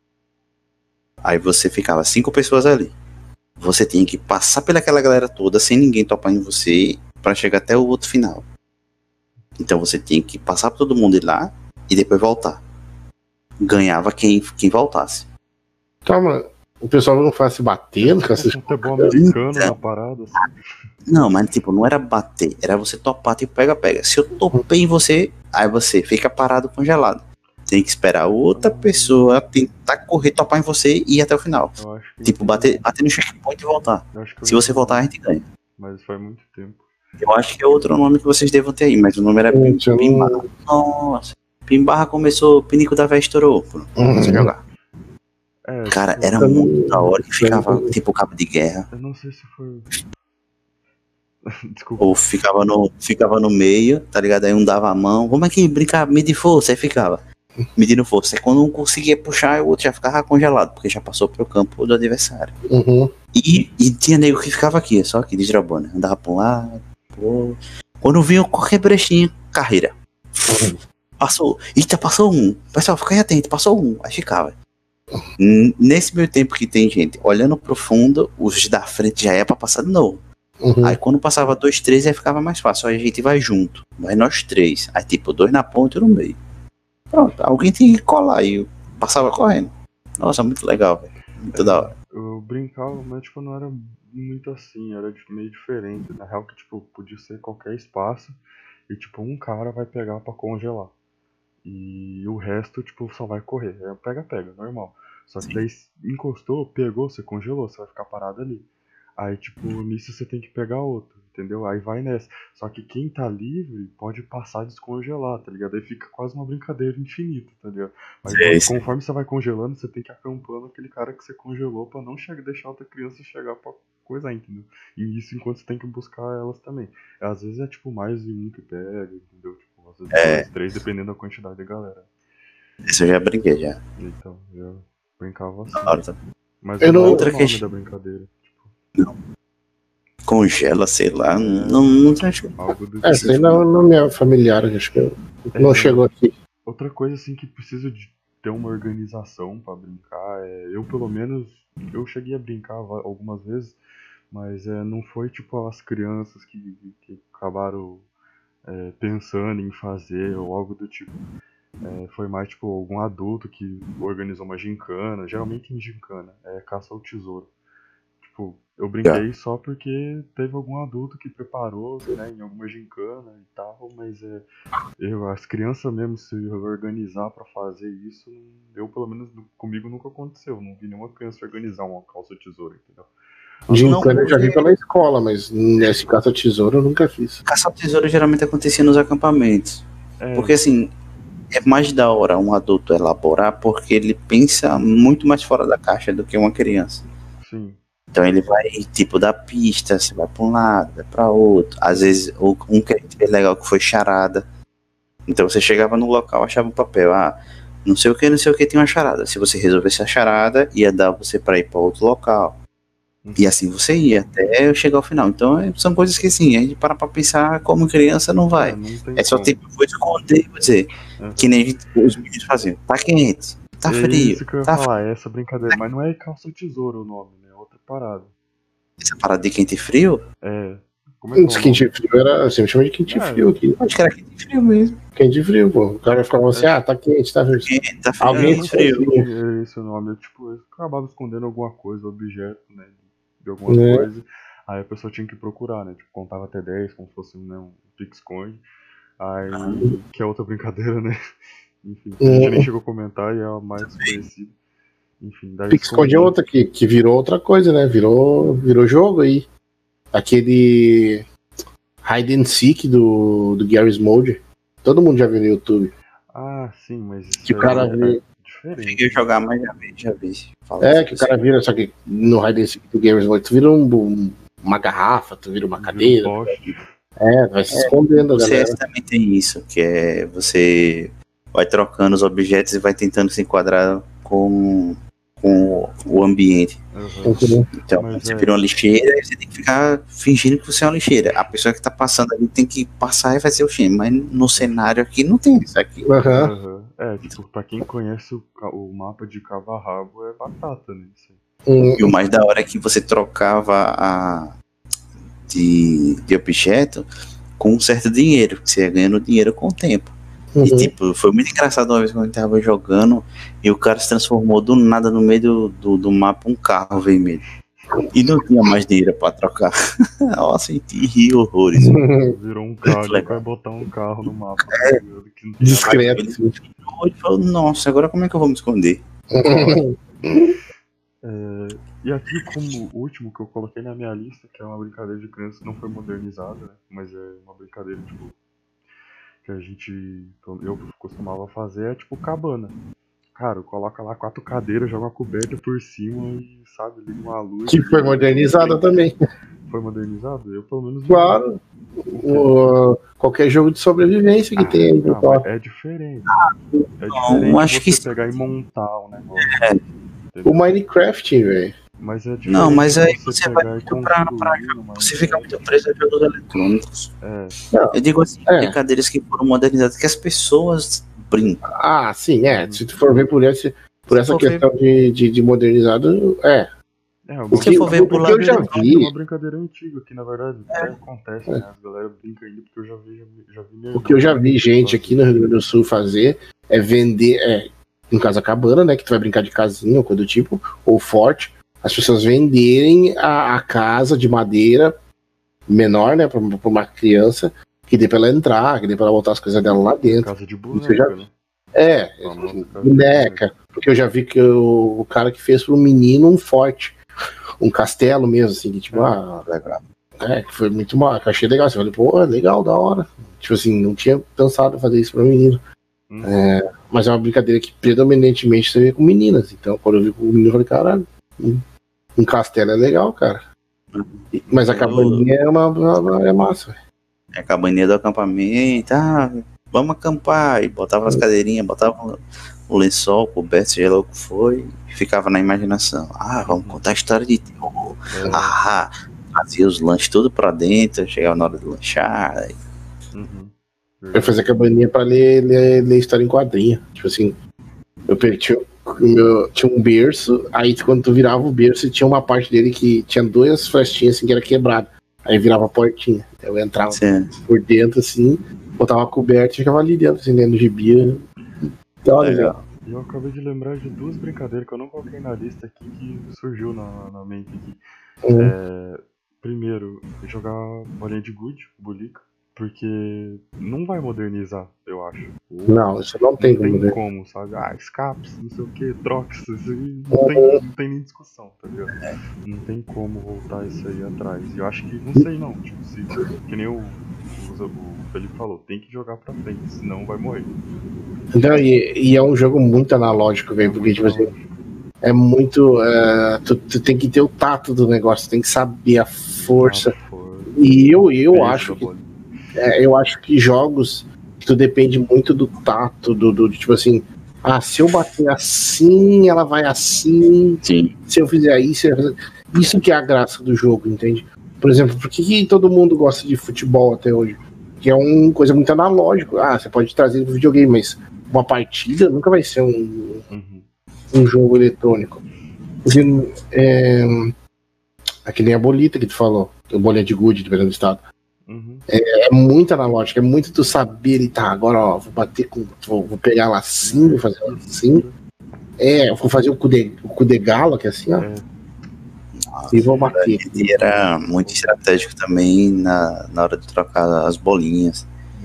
Aí você ficava 5 pessoas ali. Você tinha que passar pelaquela galera toda sem ninguém topar em você para chegar até o outro final. Então você tinha que passar por todo mundo ir lá e depois voltar. Ganhava quem voltasse. Calma, o pessoal não faz se batendo com essas futebol americano na parada. Assim. Não, mas tipo, não era bater, era você topar, tipo, pega. Se eu topei em você, aí você fica parado congelado. Tem que esperar outra pessoa tentar correr, topar em você e ir até o final. Tipo, bater no checkpoint e voltar. Se você voltar, a gente ganha. Mas faz muito tempo. Eu acho que é outro nome que vocês devam ter aí, mas o nome era Pimbarra. Nossa, Pimbarra começou, Pinico da Véia estourou. Você jogar. Cara, tipo, era muito da hora que ficava tipo cabo de guerra. Eu não sei se foi. Desculpa. Ou ficava no meio, tá ligado? Aí um dava a mão. Vamos aqui brincar, medir força. Aí ficava medindo força. Aí quando um conseguia puxar, o outro já ficava congelado, porque já passou pro campo do adversário. E tinha nego que ficava aqui, só aqui, desdrabando. Andava pra um lado, pro... Quando vinha qualquer brechinha, carreira. Passou. Eita, passou um. Pessoal, fica aí atento, passou um. Aí ficava. Nesse meio tempo que tem gente olhando pro fundo, os da frente já é pra passar de novo. Aí quando passava 2, 3, aí ficava mais fácil. Aí a gente vai junto. Vai nós 3. Aí tipo, 2 na ponta e no meio. Pronto, alguém tinha que colar e eu passava correndo. Nossa, muito legal, velho. Muito da hora. Eu brincava, mas tipo, não era muito assim, era meio diferente. Na real que tipo, podia ser qualquer espaço e tipo, um cara vai pegar pra congelar. E o resto, tipo, só vai correr. É pega, normal. Só que daí encostou, pegou, você congelou, você vai ficar parado ali. Aí, tipo, nisso você tem que pegar outro, entendeu? Aí vai nessa. Só que quem tá livre pode passar e descongelar, tá ligado? Aí fica quase uma brincadeira infinita, tá ligado? Mas conforme você vai congelando, você tem que ir acampando aquele cara que você congelou pra não deixar outra criança chegar pra coisa, entendeu? E isso enquanto você tem que buscar elas também. Às vezes é tipo mais de um que pega, entendeu? Tipo, às vezes 2, 3, dependendo da quantidade de galera. Isso eu já brinquei já. Então, eu brincava assim. Tá. Mas eu não lembro o nome da brincadeira. Não. Congela, sei lá. Não acho. Isso aí não me é familiar, acho que não chegou aqui. Outra coisa assim que precisa de ter uma organização pra brincar eu pelo menos eu cheguei a brincar algumas vezes, mas não foi tipo as crianças que acabaram pensando em fazer ou algo do tipo. Foi mais tipo algum adulto que organizou uma gincana, geralmente em gincana, caça ao tesouro. Tipo, eu brinquei só porque teve algum adulto que preparou, né, em alguma gincana e tal, mas as crianças mesmo se organizar pra fazer isso, eu pelo menos comigo nunca aconteceu, não vi nenhuma criança organizar uma caça ao tesouro, entendeu? Gincana eu já vi pela escola, mas nesse caça ao tesouro eu nunca fiz. Caça ao tesouro geralmente acontecia nos acampamentos. Porque assim, é mais da hora um adulto elaborar porque ele pensa muito mais fora da caixa do que uma criança. Sim. Então ele vai, tipo, dar pista, você vai pra um lado, vai pra outro. Às vezes, um que é legal que foi charada. Então você chegava no local, achava um papel, não sei o que, tem uma charada. Se você resolvesse a charada, ia dar você pra ir pra outro local. E assim você ia, até chegar ao final. Então são coisas que assim, a gente para pra pensar como criança não vai. Não só tipo, vou esconder, vou dizer, que nem os meninos faziam. Tá quente, tá frio. Isso que eu ia falar, essa brincadeira. Mas não é caça ao tesouro o nome, né? É outra parada. Essa parada de quente e frio? Como é que quente e frio era. Você me chama de quente e frio aqui. Acho que era quente e frio mesmo. Quente e frio, pô. O cara ficava assim, tá quente, tá frio. Tá frio. Alguém frio. Esse é o nome. Eu acabava escondendo alguma coisa, objeto, né? De alguma coisa. Aí a pessoa tinha que procurar, né? Tipo, contava até 10, como se fosse um pique-esconde. Aí, que é outra brincadeira, né? Enfim, a gente nem chegou a comentar e é a mais conhecida. Enfim, pique-esconde é outra que virou outra coisa, né? Virou jogo aí. Aquele Hide and Seek do Garry's Mode. Todo mundo já viu no YouTube. Sim, mas que o cara vê. Diferente. Cheguei a jogar, mas já vi. Que o cara vira, só que no Hide and Seek do Garry's Mode, tu vira uma garrafa, tu vira uma cadeira. Vai se escondendo. O CS também tem isso, que é você vai trocando os objetos e vai tentando se enquadrar com o ambiente. Então, você vira uma lixeira e você tem que ficar fingindo que você é uma lixeira. A pessoa que tá passando ali tem que passar e fazer o time, mas no cenário aqui não tem isso aqui. Tipo, pra quem conhece o mapa de cava-rabo é batata, né? E o mais da hora é que você trocava de objeto com um certo dinheiro, que você ia ganhando dinheiro com o tempo. E tipo, foi muito engraçado uma vez quando a gente tava jogando e o cara se transformou do nada no meio do mapa um carro vermelho. E não tinha mais dinheiro pra trocar. Nossa, a gente riu horrores. Virou um carro, vai botar um carro no mapa. Discreto. Ele falou, nossa, agora como é que eu vou me esconder? E aqui, como último que eu coloquei na minha lista, que é uma brincadeira de criança, não foi modernizada, né? Mas é uma brincadeira, tipo, que eu costumava fazer, é tipo cabana. Cara, coloca lá 4 cadeiras, joga uma coberta por cima e, sabe, liga uma luz. Que foi modernizada também. Foi modernizado? Eu pelo menos... Claro. Qualquer jogo de sobrevivência que tem aí. É diferente. Não, acho que você pegar e montar um negócio. O Minecraft, velho. Mas é diferente. Não, mas aí você vai muito pra você fica muito preso a jogos eletrônicos. Eu digo assim, brincadeiras que foram modernizadas, que as pessoas brincam. Sim, se tu for ver por essa questão de modernizado, Se for ver por lá, eu já vi. É uma brincadeira antiga, que na verdade acontece, né? As galera brincam ainda, porque eu já vi o que eu já vi gente aqui no Rio Grande do Sul fazer é vender, em casa cabana, né? Que tu vai brincar de casinha ou coisa do tipo, ou forte. As pessoas venderem a casa de madeira menor, né? Pra uma criança, que dê pra ela entrar, que dê pra ela botar as coisas dela lá dentro. Casa de boneca, né? Boneca. Porque eu já vi que o cara que fez pro menino um forte. Um castelo mesmo, assim, que tipo, legal. Que foi muito mal, que eu achei legal. Você falei, pô, legal, da hora. Tipo assim, não tinha pensado em fazer isso pra menino. Mas é uma brincadeira que predominantemente você vê com meninas. Então, quando eu vi com o menino, eu falei, caralho, um castelo é legal, cara. Mas a cabaninha é massa. A cabaninha do acampamento, vamos acampar. E botava as cadeirinhas, botava o lençol, coberto, seja lá o que foi, e ficava na imaginação. Vamos contar a história de terror. Fazia os lanches tudo pra dentro, chegava na hora de lanchar. Eu fazia cabaninha pra ler história em quadrinho. Tipo assim, tinha um berço, aí quando tu virava o berço, tinha uma parte dele que tinha 2 frestinhas assim que era quebrada. Aí virava a portinha. Eu entrava por dentro assim, botava uma coberta e ficava ali dentro, assim, dentro do gibi. Então, Legal. E eu acabei de lembrar de duas brincadeiras que eu não coloquei na lista aqui que surgiu na mente aqui. Primeiro, jogar bolinha de gude, bulica, porque não vai modernizar, eu acho. Não, isso não tem como ver. Como, sabe? Scaps, não sei o que, Trox, isso aí não tem nem discussão, tá ligado? Não tem como voltar isso aí atrás. E eu acho que, não sei não, tipo, se, que nem o Felipe falou, tem que jogar pra frente, senão vai morrer. Então, e é um jogo muito analógico, velho, porque, tipo assim, é muito. Tu tem que ter o tato do negócio, tem que saber a força. E eu acho que. Eu acho que jogos tu depende muito do tato, do tipo assim, se eu bater assim, ela vai assim. Sim. Se eu fizer isso, isso que é a graça do jogo, entende? Por exemplo, por que todo mundo gosta de futebol até hoje? Que é uma coisa muito analógica. Você pode trazer pro videogame, mas uma partida nunca vai ser um jogo eletrônico. Porque, que nem a bolita que tu falou, a bolinha de gude, dependendo do estado. É muito analógico, é muito tu saber e agora ó, vou bater com. Vou pegar ela assim, vou fazer ela assim. Eu vou fazer o cu de galo, que é assim, ó. Nossa, e vou bater. E era muito estratégico também na hora de trocar as bolinhas.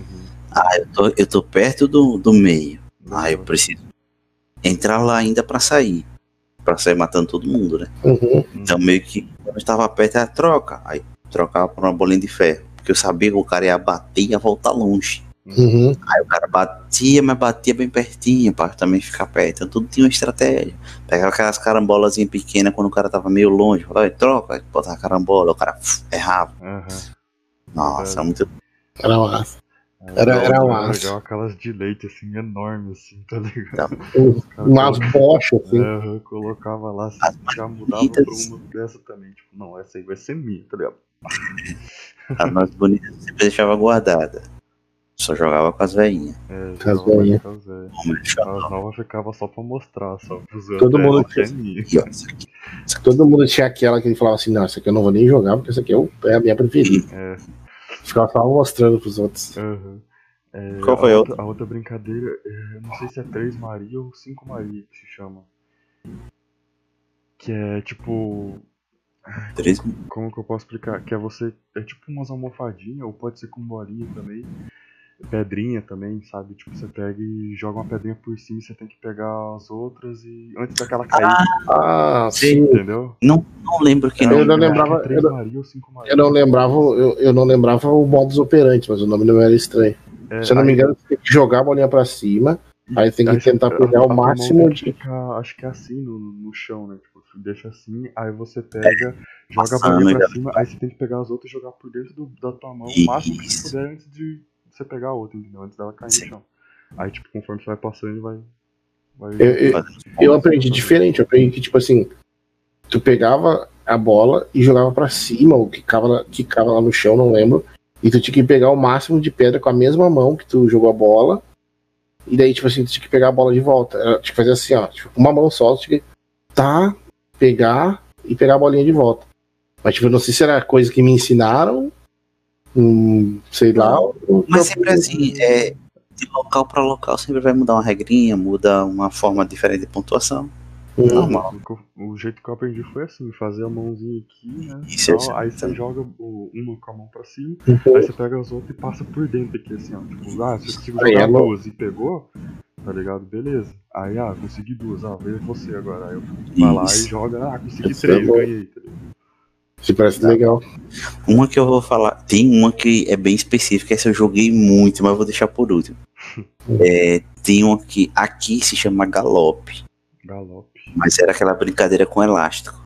Eu tô perto do meio. Eu preciso entrar lá ainda pra sair matando todo mundo, né? Então meio que quando eu estava perto era troca. Aí trocava por uma bolinha de ferro. Porque eu sabia que o cara ia bater e ia voltar longe. Aí o cara batia, mas batia bem pertinho pra também ficar perto. Então tudo tinha uma estratégia. Pegava aquelas carambolazinhas pequenas quando o cara tava meio longe. Falava, troca, aí botava a carambola, o cara errava. Nossa, é muito. Era massa. Era massa. Legal aquelas de leite assim, enormes, assim, tá ligado? Umas bochas, assim. Colocava lá, assim, já mudava pra uma dessa também. Tipo, não, essa aí vai ser minha, tá ligado? As mais bonitas sempre deixava guardada. Só jogava com as velhinhas. As velhinhas. As novas ficava só pra mostrar, só pros outros. Todo mundo Todo mundo tinha aquela que ele falava assim, não, essa aqui eu não vou nem jogar, porque essa aqui é a minha preferida. Ficava só mostrando pros outros. Qual foi a outra brincadeira? Eu não sei se é 3 Maria ou 5 Maria que se chama. Que é tipo. Como que eu posso explicar? Que é tipo umas almofadinhas, ou pode ser com bolinha também. Pedrinha também, sabe? Tipo, você pega e joga uma pedrinha por cima e você tem que pegar as outras e antes daquela cair. Sim. Entendeu? Não lembro que eu não lembrava. É 3 Maria ou 5 Maria. Eu não lembrava o modus operandi, mas o nome não era estranho. Se eu não me engano, você tem que jogar a bolinha pra cima. Aí tem que tentar pegar o máximo de. Acho que é assim no chão, né? Tipo, deixa assim, aí você pega, joga a bolinha pra cima, aí você tem que pegar as outras e jogar por dentro da tua mão o máximo que você puder antes de você pegar a outra, entendeu? Antes dela cair no chão. Aí, tipo, conforme você vai passando, ele vai eu aprendi diferente, eu aprendi que, tipo assim, tu pegava a bola e jogava pra cima, ou quicava lá no chão, não lembro, e tu tinha que pegar o máximo de pedra com a mesma mão que tu jogou a bola. E daí, tipo assim, tu tinha que pegar a bola de volta. Tinha que fazer assim, ó. Tipo, uma mão só, tu tinha que pegar e pegar a bolinha de volta. Mas, tipo, eu não sei se era coisa que me ensinaram. Sei lá. Mas sempre assim, de local pra local sempre vai mudar uma regrinha, muda uma forma diferente de pontuação. Normal. O jeito que eu aprendi foi assim, fazer a mãozinha aqui, né? Aí você joga uma com a mão pra cima, aí você pega as outras e passa por dentro aqui, assim, ó. Tipo, se eu consigo jogar duas e pegou, tá ligado? Beleza. Aí, consegui duas, veio você agora. Aí eu vai lá e joga, consegui 3, ganhei, tá ligado? Se parece legal. Uma que eu vou falar, tem uma que é bem específica, essa eu joguei muito, mas eu vou deixar por último. Tem uma que aqui se chama Galope. Mas era aquela brincadeira com elástico.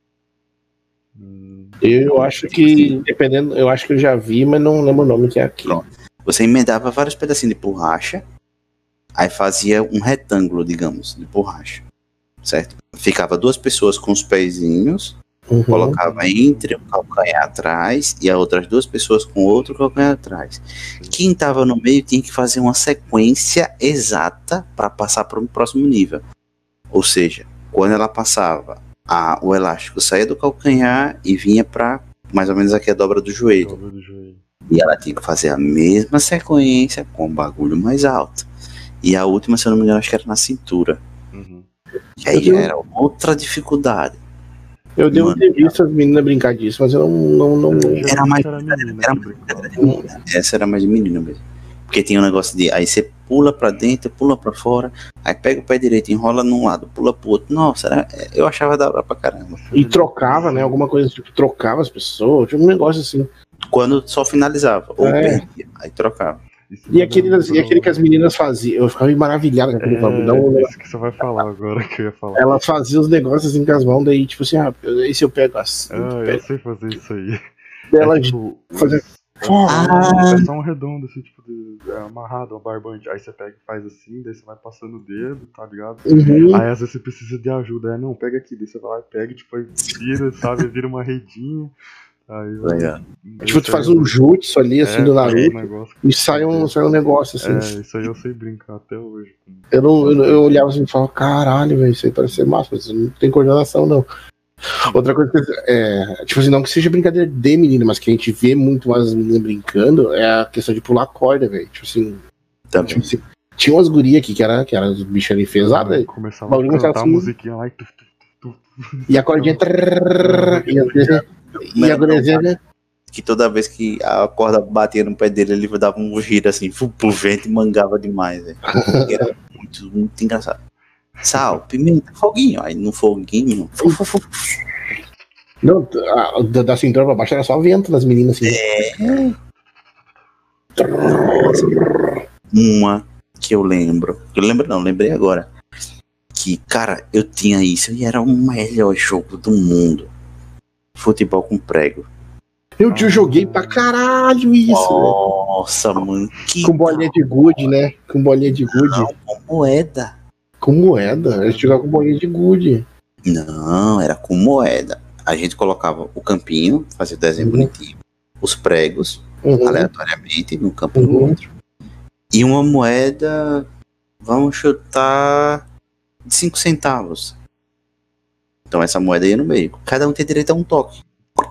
Eu acho que, dependendo, eu acho que eu já vi, mas não lembro o nome que é aqui. Pronto. Você emendava vários pedacinhos de borracha, aí fazia um retângulo, digamos, de borracha, certo? Ficava 2 pessoas com os pezinhos, colocava entre o calcanhar atrás e as outras 2 pessoas com outro calcanhar atrás. Quem estava no meio tinha que fazer uma sequência exata para passar para o próximo nível. Ou seja, quando ela passava, o elástico saía do calcanhar e vinha para mais ou menos aqui a dobra do joelho. E ela tinha que fazer a mesma sequência com o bagulho mais alto. E a última, se eu não me engano, acho que era na cintura. Uhum. E aí já era outra dificuldade. Eu devo ter visto as meninas brincar disso, mas eu não. Era mais menina. Essa era mais de menina mesmo. Porque tinha um negócio de aí você pula pra dentro, pula pra fora, aí pega o pé direito, enrola num lado, pula pro outro. Nossa, eu achava da hora pra caramba. E trocava, né? Alguma coisa tipo, trocava as pessoas, tinha um negócio assim. Quando só finalizava, ou perdia, aí trocava. E aquele que as meninas faziam, eu ficava maravilhado com aquele bagulho. Isso que você vai falar agora, que eu ia falar. Elas faziam os negócios assim com as mãos, daí tipo assim, esse eu pego assim. Eu sei fazer isso aí. Ela fazer. É só um redondo, assim, tipo, amarrado, um barbante. Aí você pega e faz assim, daí você vai passando o dedo, tá ligado? Uhum. Aí às vezes você precisa de ajuda. Não, pega aqui, daí você vai lá e pega, tipo, aí vira, sabe? Vira uma redinha. Aí, tipo, tu faz um jutsu ali, assim, do Naruto, e sai um negócio, assim. Isso aí eu sei brincar até hoje. Eu olhava assim e falava, caralho, velho, isso aí parece ser massa, mas não tem coordenação, não. Outra coisa tipo assim, não que seja brincadeira de menina, mas que a gente vê muito mais as meninas brincando, é a questão de pular corda, velho. Tipo assim, tinha umas gurias aqui que era os bichos ali enfesados, velho. Começava a cantar assim, a musiquinha lá e a cordinha. E a guriazinha. Que toda vez que a corda batia no pé dele, ele dava um giro assim, pro vento e mangava demais, velho. Era muito engraçado. Sal, pimenta, foguinho. Aí no foguinho. Não, da cintura pra baixo era só vento das meninas assim. Uma que eu lembro. Lembrei agora. Que, cara, eu tinha isso e era o melhor jogo do mundo. Futebol com prego. Eu joguei pra caralho isso. Nossa, mano. Com bolinha de gude, né? Com bolinha de gude. Não, com moeda. Com moeda? A gente jogava com bolinha de gude. Não, era com moeda. A gente colocava o campinho, fazia o desenho bonitinho, os pregos, aleatoriamente, num campo no outro. E uma moeda, vamos chutar, de 5 centavos. Então essa moeda ia no meio. Cada um tem direito a um toque.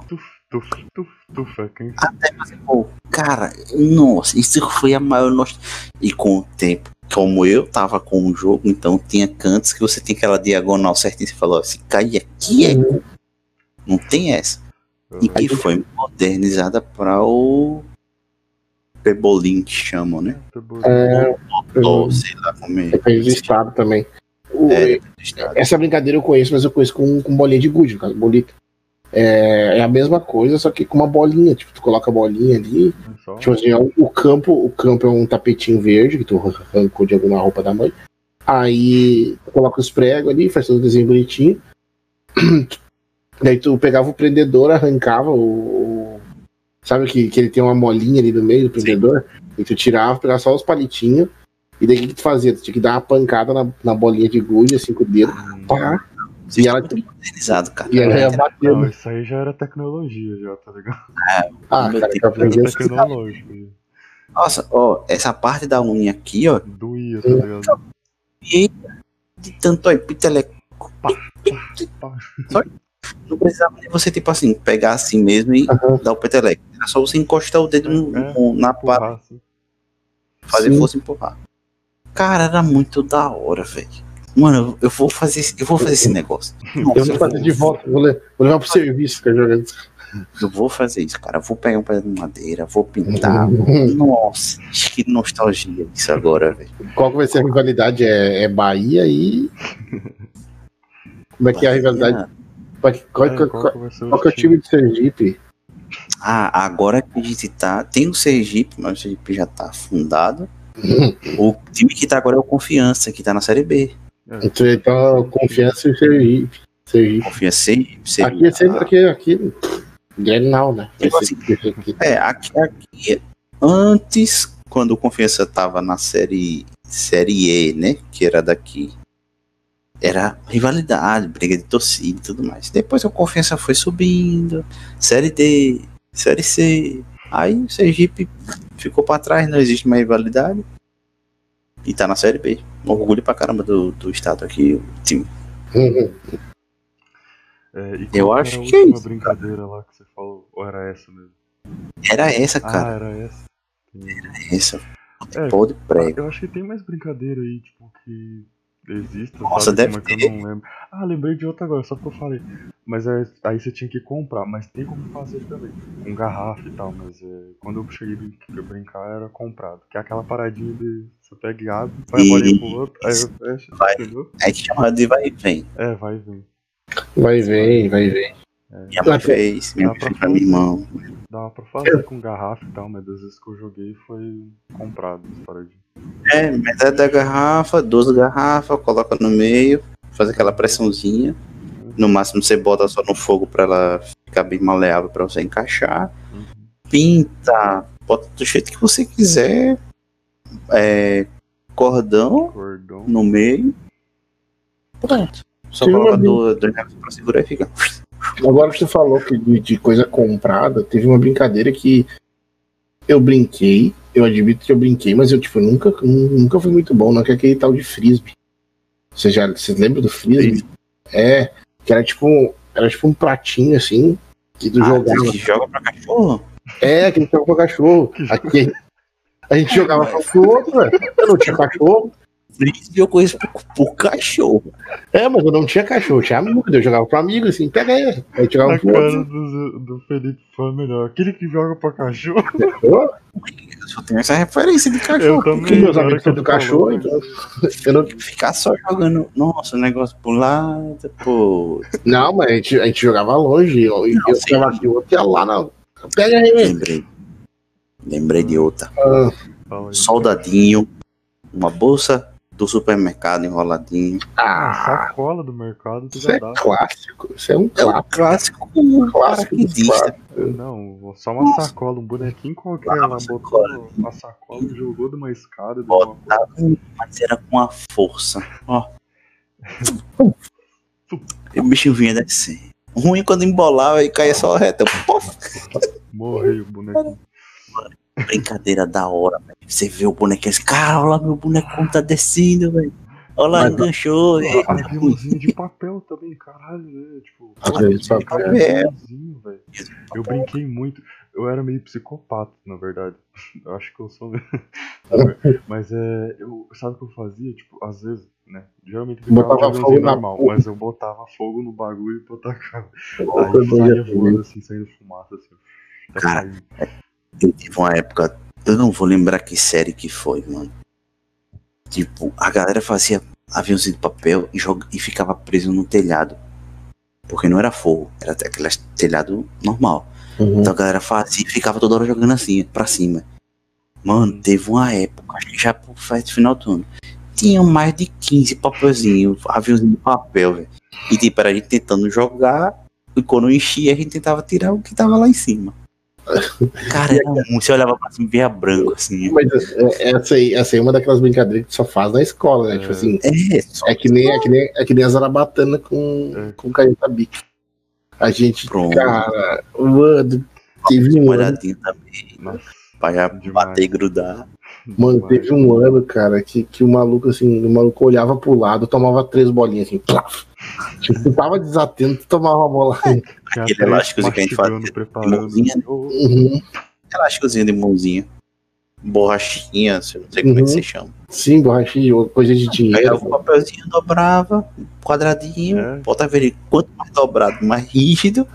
Até fazer gol. Cara, nossa, isso foi a maior nossa. E com o tempo, como eu tava com o jogo, então tinha cantos que você tem aquela diagonal certinha. Você falou, se cair aqui é gol. Não tem essa. E que foi modernizada para o Pebolim, que chamam, né? Sei lá como é. Depende do estado também. Essa brincadeira eu conheço, mas eu conheço com bolinha de gude, no caso, bolita. É a mesma coisa, só que com uma bolinha. Tipo, tu coloca a bolinha ali. Tipo assim, o campo é um tapetinho verde que tu arrancou de alguma roupa da mãe. Aí tu coloca os pregos ali, faz todo o desenho bonitinho. Daí tu pegava o prendedor, arrancava sabe que ele tem uma molinha ali no meio do prendedor? Sim. E tu tirava, pegava só os palitinhos. E daí o que tu fazia? Tu tinha que dar uma pancada na bolinha de gude, assim, com o dedo. Pá. E ela muito modernizado, cara. E ela ia batendo. Não, isso aí já era tecnologia, já, tá ligado? Cara, eu aprendi tecnológico. Nossa, essa parte da unha aqui, doía, tá ligado? E de tanto aí, piteleco. Só não precisava nem você, tipo assim, pegar assim mesmo e dar o peteleco. Era só você encostar o dedo na pá. Fazer força e empurrar. Cara, era muito da hora, velho. Mano, eu vou fazer esse negócio. Nossa, eu vou fazer de volta, vou levar pro serviço, ficar jogando. Eu vou fazer isso, cara. Eu vou pegar um pedaço de madeira, vou pintar. Nossa, que nostalgia isso agora, velho. Qual que vai ser a rivalidade? É Bahia e. Como é que é a rivalidade? Qual que é o time de Sergipe? Agora que a gente tá. Tem o Sergipe, mas o Sergipe já tá afundado. O time que tá agora é o Confiança, que tá na Série B. Então, Confiança e Sergipe. Confiança e Sergipe. Aqui é sempre aqui Grenal, né? Aqui antes, quando o Confiança tava na série E, né? Que era daqui. Era rivalidade, briga de torcida e tudo mais. Depois a Confiança foi subindo. Série D, Série C. Aí o Sergipe ficou pra trás, não existe mais rivalidade. E tá na Série B. Um orgulho pra caramba do estado aqui, o time. Eu acho que é isso. Uma brincadeira lá que você falou, ou era essa mesmo? Era essa, cara. Era essa. Essa. Pô de prego. Eu acho que tem mais brincadeira aí, tipo, que existe, Nossa, sabe? deve Que eu não lembro. Lembrei de outra agora, só porque eu falei. Mas aí você tinha que comprar, mas tem como fazer também. Com garrafa e tal, mas quando eu cheguei a brincar era comprado. Que é aquela paradinha de você pega e abre, vai a bolinha pro outro, aí eu fecho, entendeu? A gente chama de vai e vem. Vai e vem. Vai ver. Minha mãe fez, minha mãe fez pra meu irmão. Dava pra fazer com garrafa e tal, mas das vezes que eu joguei foi comprado essa paradinha. Metade da garrafa, 12 garrafas, coloca no meio, faz aquela pressãozinha. No máximo você bota só no fogo pra ela ficar bem maleável pra você encaixar. Pinta, bota do jeito que você quiser. Cordão no meio. Pronto. Só coloca dois garrafas pra segurar e fica. Agora que você falou de coisa comprada, teve uma brincadeira que eu brinquei, eu admito que eu brinquei, mas eu tipo, nunca fui muito bom, não, que é aquele tal de frisbee. Você lembra do frisbee? Que era tipo um pratinho assim, que tu jogava. Que joga pra cachorro? Que a gente joga pra cachorro. Aqui a gente jogava com o outro, eu não tinha cachorro. Frisbee eu conheço por cachorro. Mas eu não tinha cachorro, tinha amigo, eu jogava pro amigo, assim, pega aí. Aí jogava a cara do Felipe foi melhor. Aquele que joga pra cachorro. Eu só tenho essa referência de cachorro. Eu também. Meus amigos são do cachorro, então. Eu não... Ficar só jogando. Nossa, o negócio pro lado, pô. Não, mas a gente jogava longe. Eu ficava aqui, o outro ia lá na. Pega aí. Lembrei de outra. Soldadinho. Uma bolsa do supermercado enroladinho. Sacola do mercado. Isso é clássico. Isso é um clássico. Paraquedista. Não, só uma sacola, um bonequinho qualquer. Ela botou a sacola e jogou de uma escada. Botava, mas era com a força. Ó. E o bicho vinha descer. Ruim quando embolava e caía só reto. Morreu o bonequinho. Brincadeira da hora, velho. Você vê o bonequinho assim, cara, olha lá, meu bonecão tá descendo, velho. Olha lá, enganchou. Aviãozinho de papel também, caralho, né? Tipo, papel. Eu brinquei muito. Eu era meio psicopata, na verdade. Eu acho que eu sou mesmo. Mas sabe o que eu fazia? Tipo, às vezes, né? Geralmente eu ficava de aviãozinho normal, mas eu botava fogo no bagulho e botava. Aí saía voando assim, saindo fumaça assim. Cara, eu tive uma época, eu não vou lembrar que série que foi, mano. Tipo, a galera fazia aviãozinho de papel e ficava preso no telhado. Porque não era fogo, era aquele telhado normal. Então a galera fazia e ficava toda hora jogando assim, pra cima. Mano, teve uma época, acho que já pro final do ano, tinha mais de 15 papelzinhos, aviãozinho de papel, velho. E tipo, era a gente tentando jogar, e quando enchia a gente tentava tirar o que tava lá em cima. Cara, era muito, você olhava pra cima e via branco, assim. Mas essa aí é uma daquelas brincadeiras que só faz na escola, né? Tipo assim, é que nem a zarabatana com caneta bica. A gente, cara, mano, teve um ano também, pra bater e grudar. Mano, teve um ano, cara, que o maluco, assim, olhava pro lado, tomava 3 bolinhas, assim, plaf. Tipo, tava desatento, tomava uma bola. Aquele elásticozinho que a gente faz de mãozinha, né? Elásticozinho de mãozinha. Borrachinha, não sei como é que se chama. Sim, borrachinha, coisa de dinheiro. Pegava o papelzinho, dobrava, quadradinho, botava ele quanto mais dobrado, mais rígido.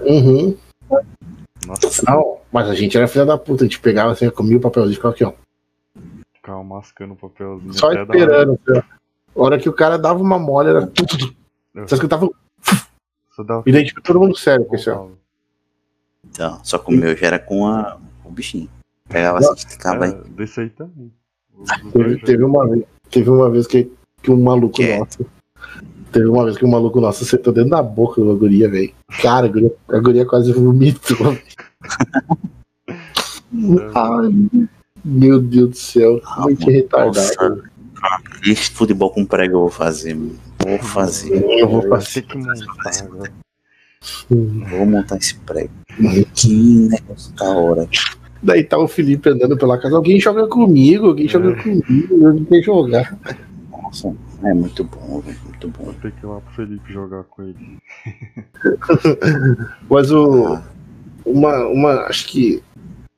Nossa. Não, mas a gente era filha da puta, a gente pegava assim, comia o papelzinho, ficava aqui, ó. Ficava mascando o papelzinho. Só esperando. A hora que o cara dava uma mole, era tudo. Você escutava. E daí, tipo, todo mundo sério com isso, ó. Então, só que o meu já era com o bichinho. Pegava assim, esticava aí. Desse aí também. Teve uma vez que um maluco nosso. Teve uma vez que um maluco nosso acertou dentro da boca da guria, velho. Cara, a guria quase vomitou. Ai, meu Deus do céu. Muito retardado. Esse futebol com prego eu vou fazer, mano. Eu vou fazer. Vou montar esse prego. Que negócio da hora. Daí tá o Felipe andando pela casa. Alguém joga comigo, eu não quero jogar. Nossa, é muito bom, velho. Muito bom. Vou ter que ir lá pro Felipe jogar com ele. Mas acho que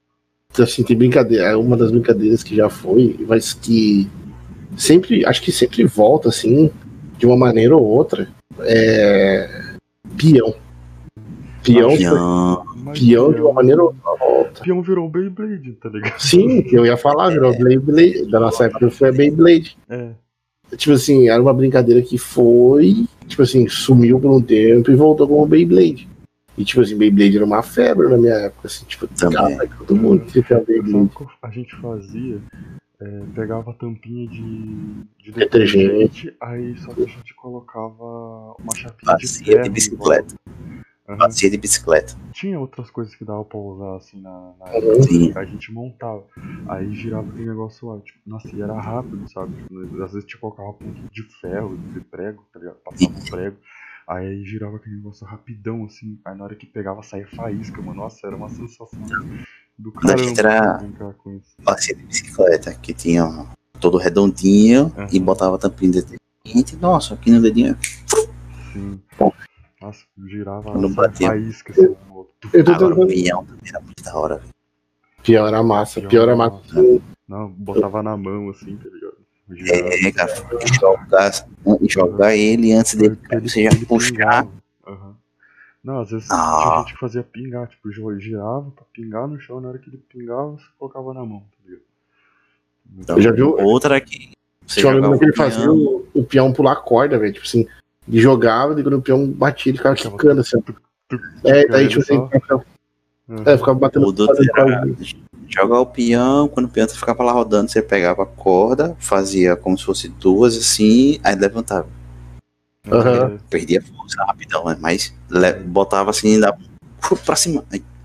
assim, tem brincadeira, é uma das brincadeiras que já foi, mas que sempre, acho que sempre volta, assim, de uma maneira ou outra, peão. Peão de uma maneira ou outra. Peão virou Beyblade, tá ligado? Sim, eu ia falar, virou Beyblade. Da nossa época foi a Beyblade. Tipo assim, era uma brincadeira que foi, tipo assim, sumiu por um tempo e voltou como Beyblade. E tipo assim, Beyblade era uma febre na minha época, assim, tipo, todo mundo que tinha Beyblade. A gente fazia, pegava a tampinha de detergente, aí só que a gente colocava uma chapinha bacia de bicicleta. Bacia de bicicleta. Tinha outras coisas que dava pra usar assim na época. A gente montava. Aí girava aquele negócio lá. Tipo, nossa, e era rápido, sabe? Tipo, às vezes te colocava ponto de ferro, de prego, tá ligado? Passava um prego. Aí girava aquele negócio rapidão, assim. Aí na hora que pegava, saía faísca, mano. Nossa, era uma sensação do caramba era brincar com isso. Bacia de bicicleta, que tinha todo redondinho e botava tampinha de detergente. Nossa, aqui no dedinho. Sim. Nossa, girava faísca assim no outro. Agora o peão também era muito da hora. Pior era massa. Pior era massa. Não, botava na mão assim, tá ligado? Cara, jogar ele antes dele você já puxar. Não, às vezes tinha gente que fazia pingar, tipo, girava pra pingar no chão, na hora que ele pingava, você colocava na mão, tá ligado? Então, já viu? Outra aqui. Tinha um amigo que ele fazia o peão pular corda, velho, tipo assim, ele jogava, e quando o peão batia, ele ficava quicando assim. Daí tipo assim, ficava batendo. Jogar o peão, quando o peão ficava lá rodando, você pegava a corda, fazia como se fosse duas assim, aí levantava. Perdia força rapidão, né? Mas botava assim e dava pra cima.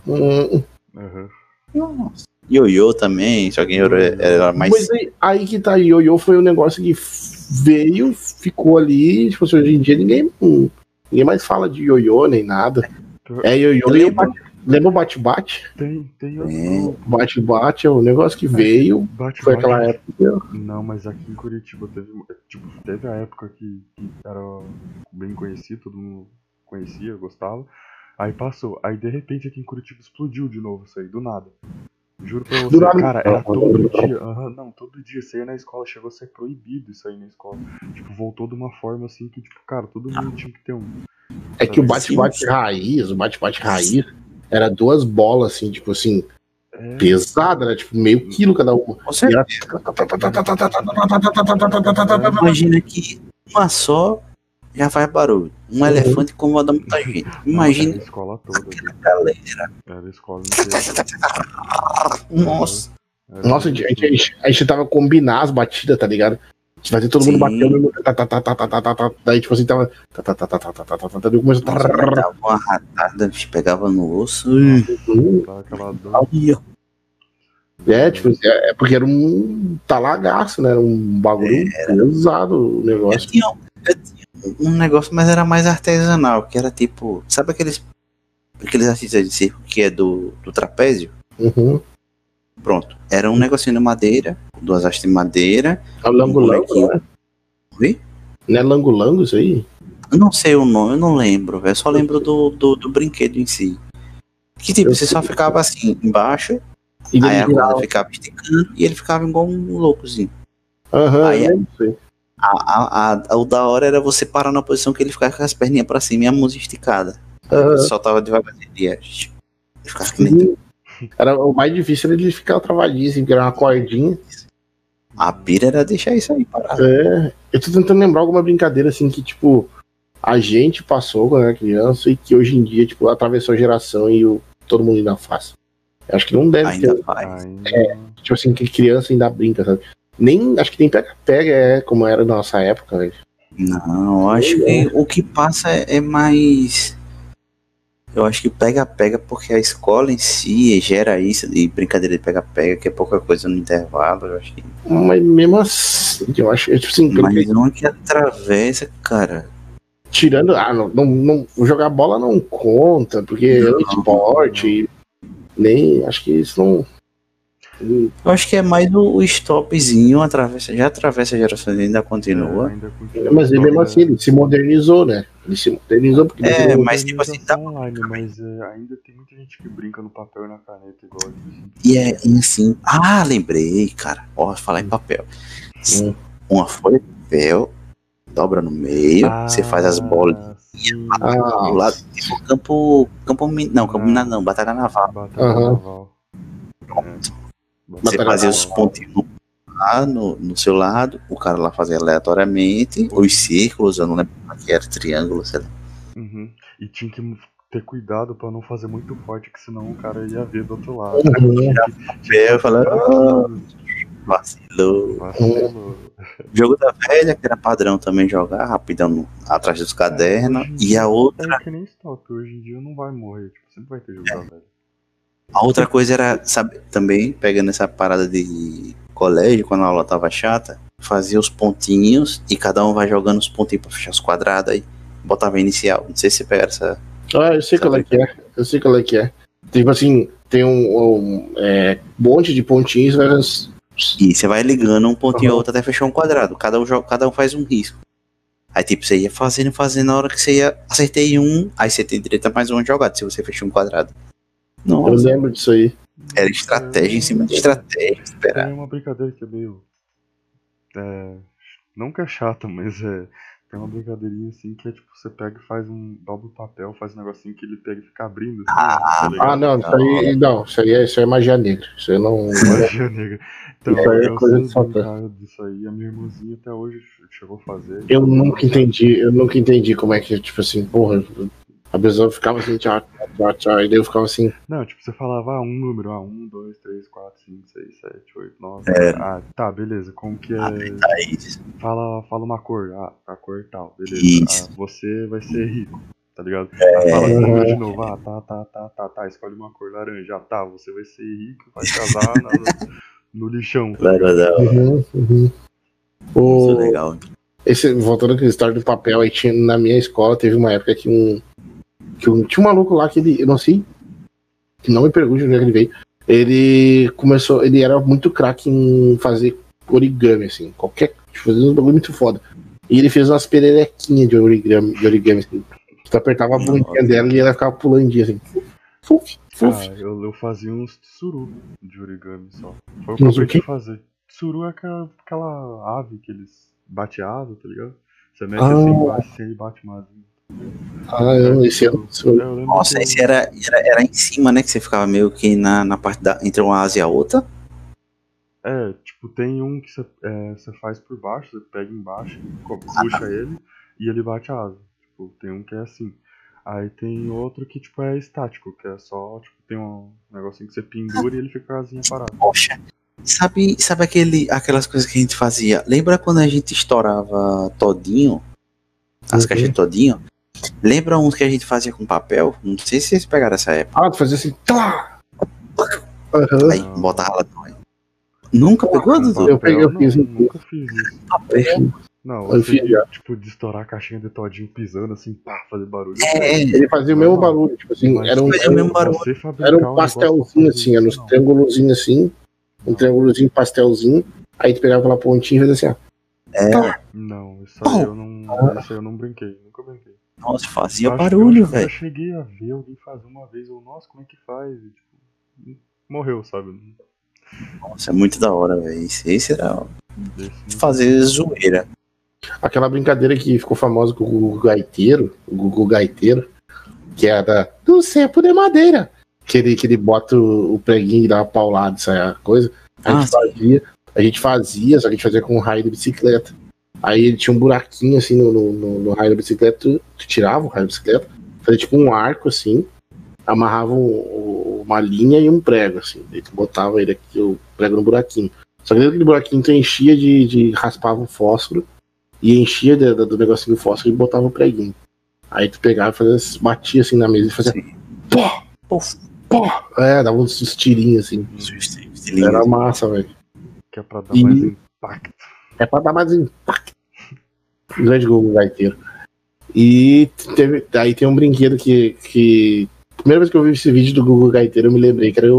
Nossa. Ioiô também, só que era mais. Mas aí que tá, ioiô foi um negócio que veio, ficou ali, tipo assim, hoje em dia ninguém mais fala de ioiô nem nada. Ioiô lembra o bate-bate? Tem Bate-bate é um negócio que veio, foi aquela época. Não, mas aqui em Curitiba teve a época que era bem conhecido, todo mundo conhecia, gostava. Aí passou, aí de repente aqui em Curitiba explodiu de novo isso aí, do nada. Juro pra você, cara, era todo dia. Não, todo dia. Você ia na escola, chegou a ser proibido isso aí na escola. Tipo, voltou de uma forma assim que, tipo, cara, todo mundo tinha que ter um. É que o bate-bate raiz, era duas bolas, assim, tipo assim, pesada, né? Tipo, meio quilo cada uma. Imagina que uma só já faz barulho. Um elefante incomoda muita gente. Imagina. Era a escola toda. Galera. Era a escola inteira. Nossa. Nossa, a gente tava combinar as batidas, tá ligado? Vai ter todo mundo batendo. Daí, tipo assim, tava. Começou a dava uma ratada, pegava no osso. Aquela dor. Tipo, porque era um talagaço, né? Era um bagulho pesado o negócio. Eu tinha um negócio, mas era mais artesanal, que era tipo, sabe aqueles artistas de circo que é do trapézio? Pronto, era um negocinho de madeira, duas hastes de madeira. É o lango-lango, né? Oi? Não é lango-lango isso aí? Eu não sei o nome, eu não lembro, eu só lembro do brinquedo em si. Que tipo, você só ficava assim, embaixo, e aí a corda ficava esticando e ele ficava igual um loucozinho. Aí o da hora era você parar na posição que ele ficava com as perninhas pra cima e a mãozinha esticada. Só tava devagarzinho e ficava que nem. Era o mais difícil era ele ficar travadinho, assim, porque era uma cordinha. A pira era deixar isso aí parado. Eu tô tentando lembrar alguma brincadeira assim que, tipo, a gente passou quando era criança e que hoje em dia, tipo, atravessou a geração e todo mundo ainda faz. Eu acho que não deve ainda ter. Faz. Tipo assim, que criança ainda brinca, sabe? Acho que nem pega-pega como era na nossa época, velho. Não, eu acho que o que passa é mais. Eu acho que pega-pega porque a escola em si gera isso de brincadeira de pega-pega, que é pouca coisa no intervalo, eu acho que. Mas mesmo assim, eu acho tipo assim. Mas não que atravessa, cara. Tirando. Não, jogar bola não conta, porque é um esporte. Nem. Acho que isso não. Eu acho que é mais o stopzinho, já atravessa gerações e ainda continua. Ainda continua. Mas ele mesmo assim, ele se modernizou, né? Ele se modernizou porque ele virou mas tipo assim, dá online, mas ainda tem muita gente que brinca no papel e na caneta igual. E assim. Ah, lembrei, cara. Ó, falar em papel. Uma folha de papel, dobra no meio, você faz as bolas do lado, tipo Batalha Naval. Pronto. Você fazia os pontinhos lá no seu lado, o cara lá fazia aleatoriamente, os círculos, eu não lembro que era triângulo, sei lá. E tinha que ter cuidado pra não fazer muito forte, que senão o cara ia ver do outro lado. Eu falando, vacilou. Jogo da velha, que era padrão também jogar, rapidão atrás dos cadernos. E a outra. É que nem stop, hoje em dia não vai morrer, tipo, sempre vai ter jogo da velha. A outra coisa era, sabe, também, pegando essa parada de colégio, quando a aula tava chata, fazia os pontinhos e cada um vai jogando os pontinhos pra fechar os quadrados aí. Botava inicial. Não sei se você pegaram essa. Eu sei qual é que é. Eu sei qual é que é. Tipo assim, tem um monte de pontinhos, mas. E você vai ligando um pontinho ou outro até fechar um quadrado. Cada um faz um risco. Aí tipo, você ia fazendo, na hora que você ia, acertei um, aí você tem direito a mais uma jogada, se você fechou um quadrado. Nossa. Eu lembro disso aí. Era estratégia em cima de estratégia, esperar. É uma brincadeira que é meio... não que é chata, mas tem uma brincadeirinha assim que é tipo, você pega e faz dobra o papel, faz um negocinho que ele pega e fica abrindo. Assim, não, isso aí é magia negra. Isso aí não... Magia negra. Então, é coisa de brincar disso aí, a minha irmãzinha até hoje chegou a fazer. Eu nunca entendi como é que, tipo assim, porra, a pessoa ficava assim, tchau, e daí eu ficava assim. Não, tipo, você falava um número, 1, 2, 3, 4, 5, 6, 7, 8, 9. Tá, beleza, como que é? Fala uma cor, a cor tal, beleza. Você vai ser rico, tá ligado? Fala esse número de novo, tá, escolhe uma cor, laranja, tá, você vai ser rico, vai casar no lixão. Tá Isso é legal. Voltando com a história do papel, aí tinha, na minha escola teve uma época que tinha um maluco lá que eu não sei, não me pergunte onde é que ele veio. Ele era muito craque em fazer origami, assim, fazer um bagulho muito foda. E ele fez umas pererequinhas de origami assim. Tu apertava a bundinha dela e ela ficava pulandinha assim. Eu fazia uns tsuru de origami só. Foi o que eu aprendi a fazer. Tsuru é aquela ave que eles bate asa, tá ligado? Você mexe assim e bate mais. Nossa, esse era em cima, né? Que você ficava meio que na parte entre uma asa e a outra. Tipo, tem um que você faz por baixo, você pega embaixo, puxa ele e ele bate a asa. Tipo, tem um que é assim. Aí tem outro que, tipo, é estático, que é só, tipo, tem um negocinho que você pendura e ele fica com a asinha parada. Poxa, sabe aquelas coisas que a gente fazia? Lembra quando a gente estourava todinho? As caixas de todinho? Lembra uns que a gente fazia com papel? Não sei se vocês pegaram essa época. Tu fazia assim, Aí, botava lá também. Nunca pegou, Dudu? Eu fiz. Nunca fiz isso. Papel? Não, eu fiz já. Tipo, de estourar a caixinha de todinho pisando assim, fazer barulho. Ele fazia o mesmo barulho, tipo assim, era um pastelzinho assim, era uns triângulozinhos assim, um triângulozinho pastelzinho, aí tu pegava aquela pontinha e fazia assim, Não, isso aí eu não brinquei, nunca brinquei. Nossa, fazia barulho, velho. Eu cheguei a ver alguém fazer uma vez, nossa, como é que faz? E, tipo, morreu, sabe? Nossa, é muito da hora, velho. Esse era fazer zoeira. Aquela brincadeira que ficou famosa com o Gugu Gaiteiro, que era do cepo de madeira. Que ele bota o preguinho e dá uma paulada, isso é a coisa. A gente fazia, só que a gente fazia com um raio de bicicleta. Aí ele tinha um buraquinho assim no raio da bicicleta, tu tirava o raio da bicicleta, fazia tipo um arco assim, amarrava uma linha e um prego, assim. Daí tu botava ele aqui, o prego no buraquinho. Só que dentro daquele buraquinho tu enchia raspava um fósforo e enchia do negocinho do fósforo e botava o preguinho. Aí tu pegava e batia assim na mesa e fazia pô! Dava uns tirinhos assim. Era massa, velho. Que é pra dar mais impacto. É pra dar mais impacto. Grande Google Gaiteiro. E aí tem um brinquedo que primeira vez que eu vi esse vídeo do Google Gaiteiro, eu me lembrei que era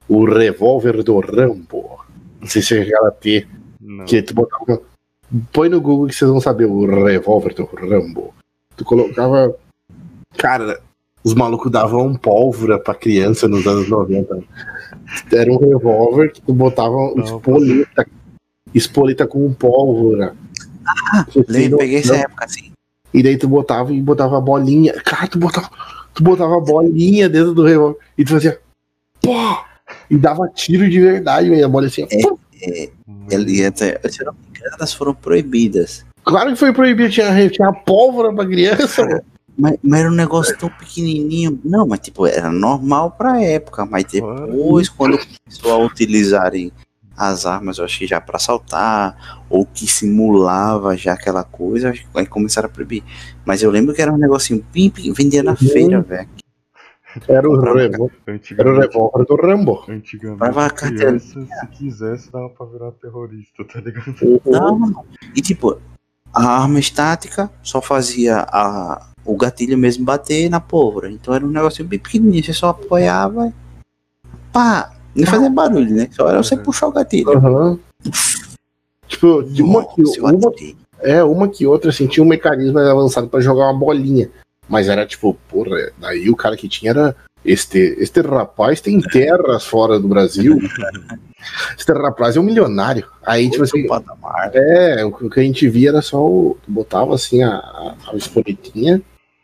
o revólver do Rambo. Não sei se você chegaram a ter. Não. Que tu botava. Põe no Google que vocês vão saber o revólver do Rambo. Tu colocava. Cara, os malucos davam pólvora pra criança nos anos 90. Era um revólver que tu botava espoleta com pólvora. Peguei essa época assim. E daí tu botava a bolinha. Cara, tu botava a bolinha dentro do revólver e tu fazia. Pô! E dava tiro de verdade, velho. A bola assim. Se eu não me engano, elas foram proibidas. Claro que foi proibido, tinha pólvora pra criança, velho. Mas era um negócio tão pequenininho. Não, mas tipo, era normal pra época. Mas depois, quando começou a utilizarem as armas, eu acho que já pra assaltar, ou que simulava já aquela coisa, aí começaram a proibir. Mas eu lembro que era um negocinho bem vendia na feira, velho. Era o revólver do Rambo. Antigamente, criança, se quisesse, dava pra virar terrorista, tá ligado? Não. E tipo, a arma estática só fazia o gatilho mesmo bater na pólvora. Então era um negocinho bem pequenininho, você só apoiava, pá, não fazia barulho, né? Só era você puxar o gatilho. Tipo, uma que outra, assim, tinha um mecanismo avançado pra jogar uma bolinha. Mas era tipo, porra, daí o cara que tinha era. Este rapaz tem terras fora do Brasil. Este rapaz é um milionário. Aí, tipo assim. O que a gente via era só tu botava assim a espoletinha.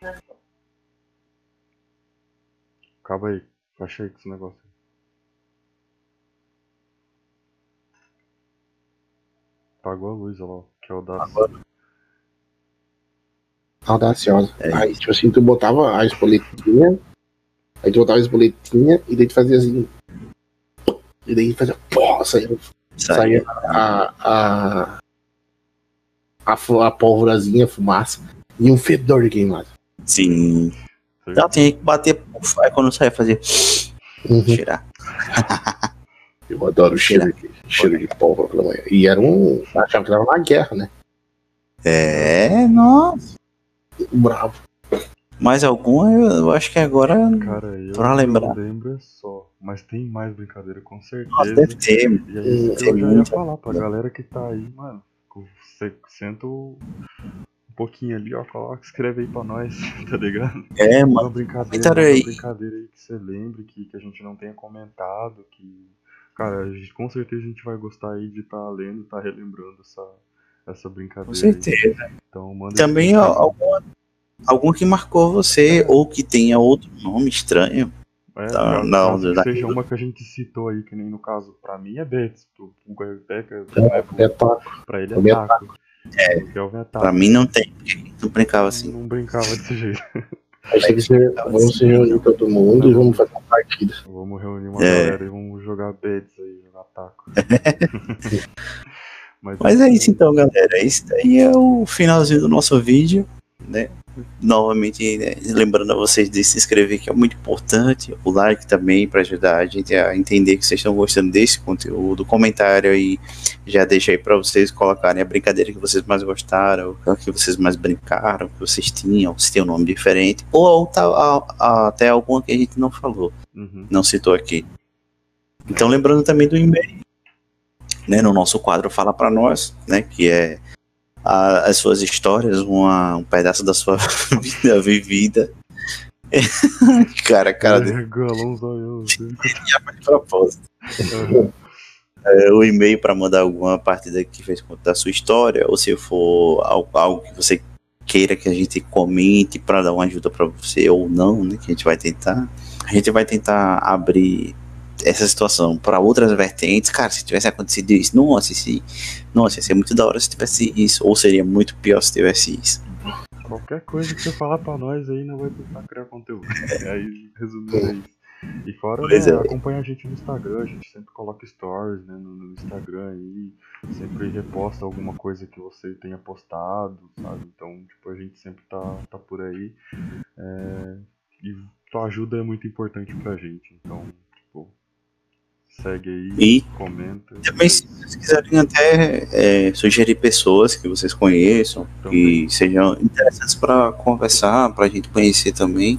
Acaba aí, achei com esse negócio. Apagou a luz, olha lá, que é o da. Audaciosa. Aí, tipo assim, tu botava a espoletinha. Aí tu botava a espoletinha e daí tu fazia assim. E daí fazia. Pô, saía a pólvorazinha, a fumaça. E um fedor de queimado. Sim. Não, tinha que bater. Aí quando saia fazer. Cheirar. Eu adoro o cheiro de pólvora pela manhã. E era achava que tava na guerra, né? Nossa. Bravo. Mais alguma, eu acho que agora. Cara, eu pra lembrar. lembro só. Mas tem mais brincadeira, com certeza. Nossa, deve ter. E aí eu já ia falar pra galera que tá aí, mano. Você senta um pouquinho ali, ó. Coloca, escreve aí pra nós, tá ligado? Mano. Uma brincadeira aí que você lembre, que a gente não tenha comentado. Que, cara, com certeza a gente vai gostar aí de tá lendo, tá relembrando essa brincadeira. Com certeza. Aí. Então, manda também algum que marcou você ou que tenha outro nome estranho. Não, seja uma que a gente citou aí, que nem no caso, pra mim é Betis, pro Beca, pra ele é taco. Pra mim não tem, não brincava assim. Não brincava desse jeito. Achei que vamos se reunir todo mundo e vamos fazer uma partida. Vamos reunir uma galera e vamos jogar Betis aí, jogar taco. Mas é isso então, galera. Esse daí é o finalzinho do nosso vídeo, né? Novamente, né, lembrando a vocês de se inscrever, que é muito importante, o like também para ajudar a gente a entender que vocês estão gostando desse conteúdo, comentário aí, já deixa aí para vocês colocarem a brincadeira que vocês mais gostaram, o que vocês mais brincaram, que vocês tinham, se tem um nome diferente, ou até alguma que a gente não falou, não citou aqui. Então lembrando também do e-mail, né, no nosso quadro Fala Pra Nós, né, que é as suas histórias, um pedaço da sua vida vivida. cara dele. O e-mail para mandar alguma parte que fez conta da sua história, ou se for algo que você queira que a gente comente para dar uma ajuda para você ou não, né, que a gente vai tentar abrir essa situação para outras vertentes. Cara, se tivesse acontecido isso, nossa, ia ser muito da hora se tivesse isso, ou seria muito pior se tivesse isso. Qualquer coisa que você falar pra nós aí, não vai tentar criar conteúdo. Aí, resumindo isso. E fora, acompanha a gente no Instagram, a gente sempre coloca stories, né, no Instagram aí, sempre reposta alguma coisa que você tenha postado, sabe? Então, tipo, a gente sempre tá por aí. E tua ajuda é muito importante pra gente, então, tipo, segue aí, e comenta. Também, se vocês quiserem até sugerir pessoas que vocês conheçam, também, que sejam interessantes para conversar, para a gente conhecer também,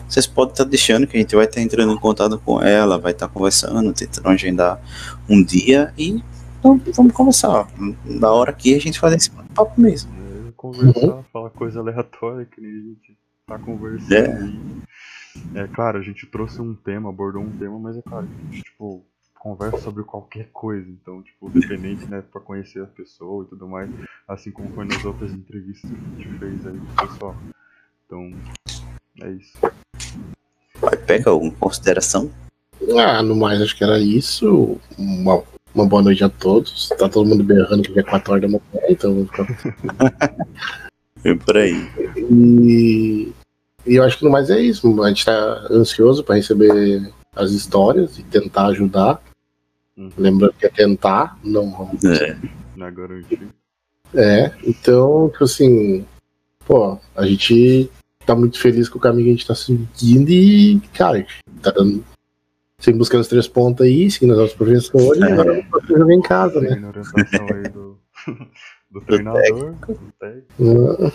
vocês podem estar deixando que a gente vai estar entrando em contato com ela, vai estar conversando, tentando agendar um dia e então, vamos conversar. Da hora que a gente faz esse papo mesmo. Conversar, falar coisa aleatória que nem a gente tá conversando. Claro, a gente trouxe um tema, abordou um tema, mas é claro que a gente, tipo, conversa sobre qualquer coisa, então, tipo, dependente, né, pra conhecer a pessoa e tudo mais, assim como foi nas outras entrevistas que a gente fez aí com o pessoal. Então, é isso. Vai pegar alguma consideração? No mais, acho que era isso. Uma boa noite a todos. Tá todo mundo berrando que é 4 horas da manhã, então vou ficar. Vem por aí. E eu acho que no mais é isso. A gente tá ansioso para receber as histórias e tentar ajudar. Lembrando que é tentar, não vamos. Não é garantir. Então, tipo assim, pô, a gente tá muito feliz com o caminho que a gente tá seguindo e, cara, tá dando. Sempre buscando os 3 pontos aí, seguindo os nossos professores, e agora vamos jogar em casa, né? Seguindo a orientação aí do treinador, do técnico.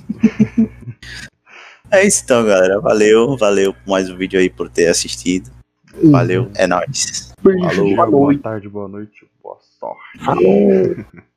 É isso então, galera. Valeu por mais um vídeo aí, por ter assistido. Valeu, é nóis. Falou. Boa tarde, boa noite, boa sorte. Falou.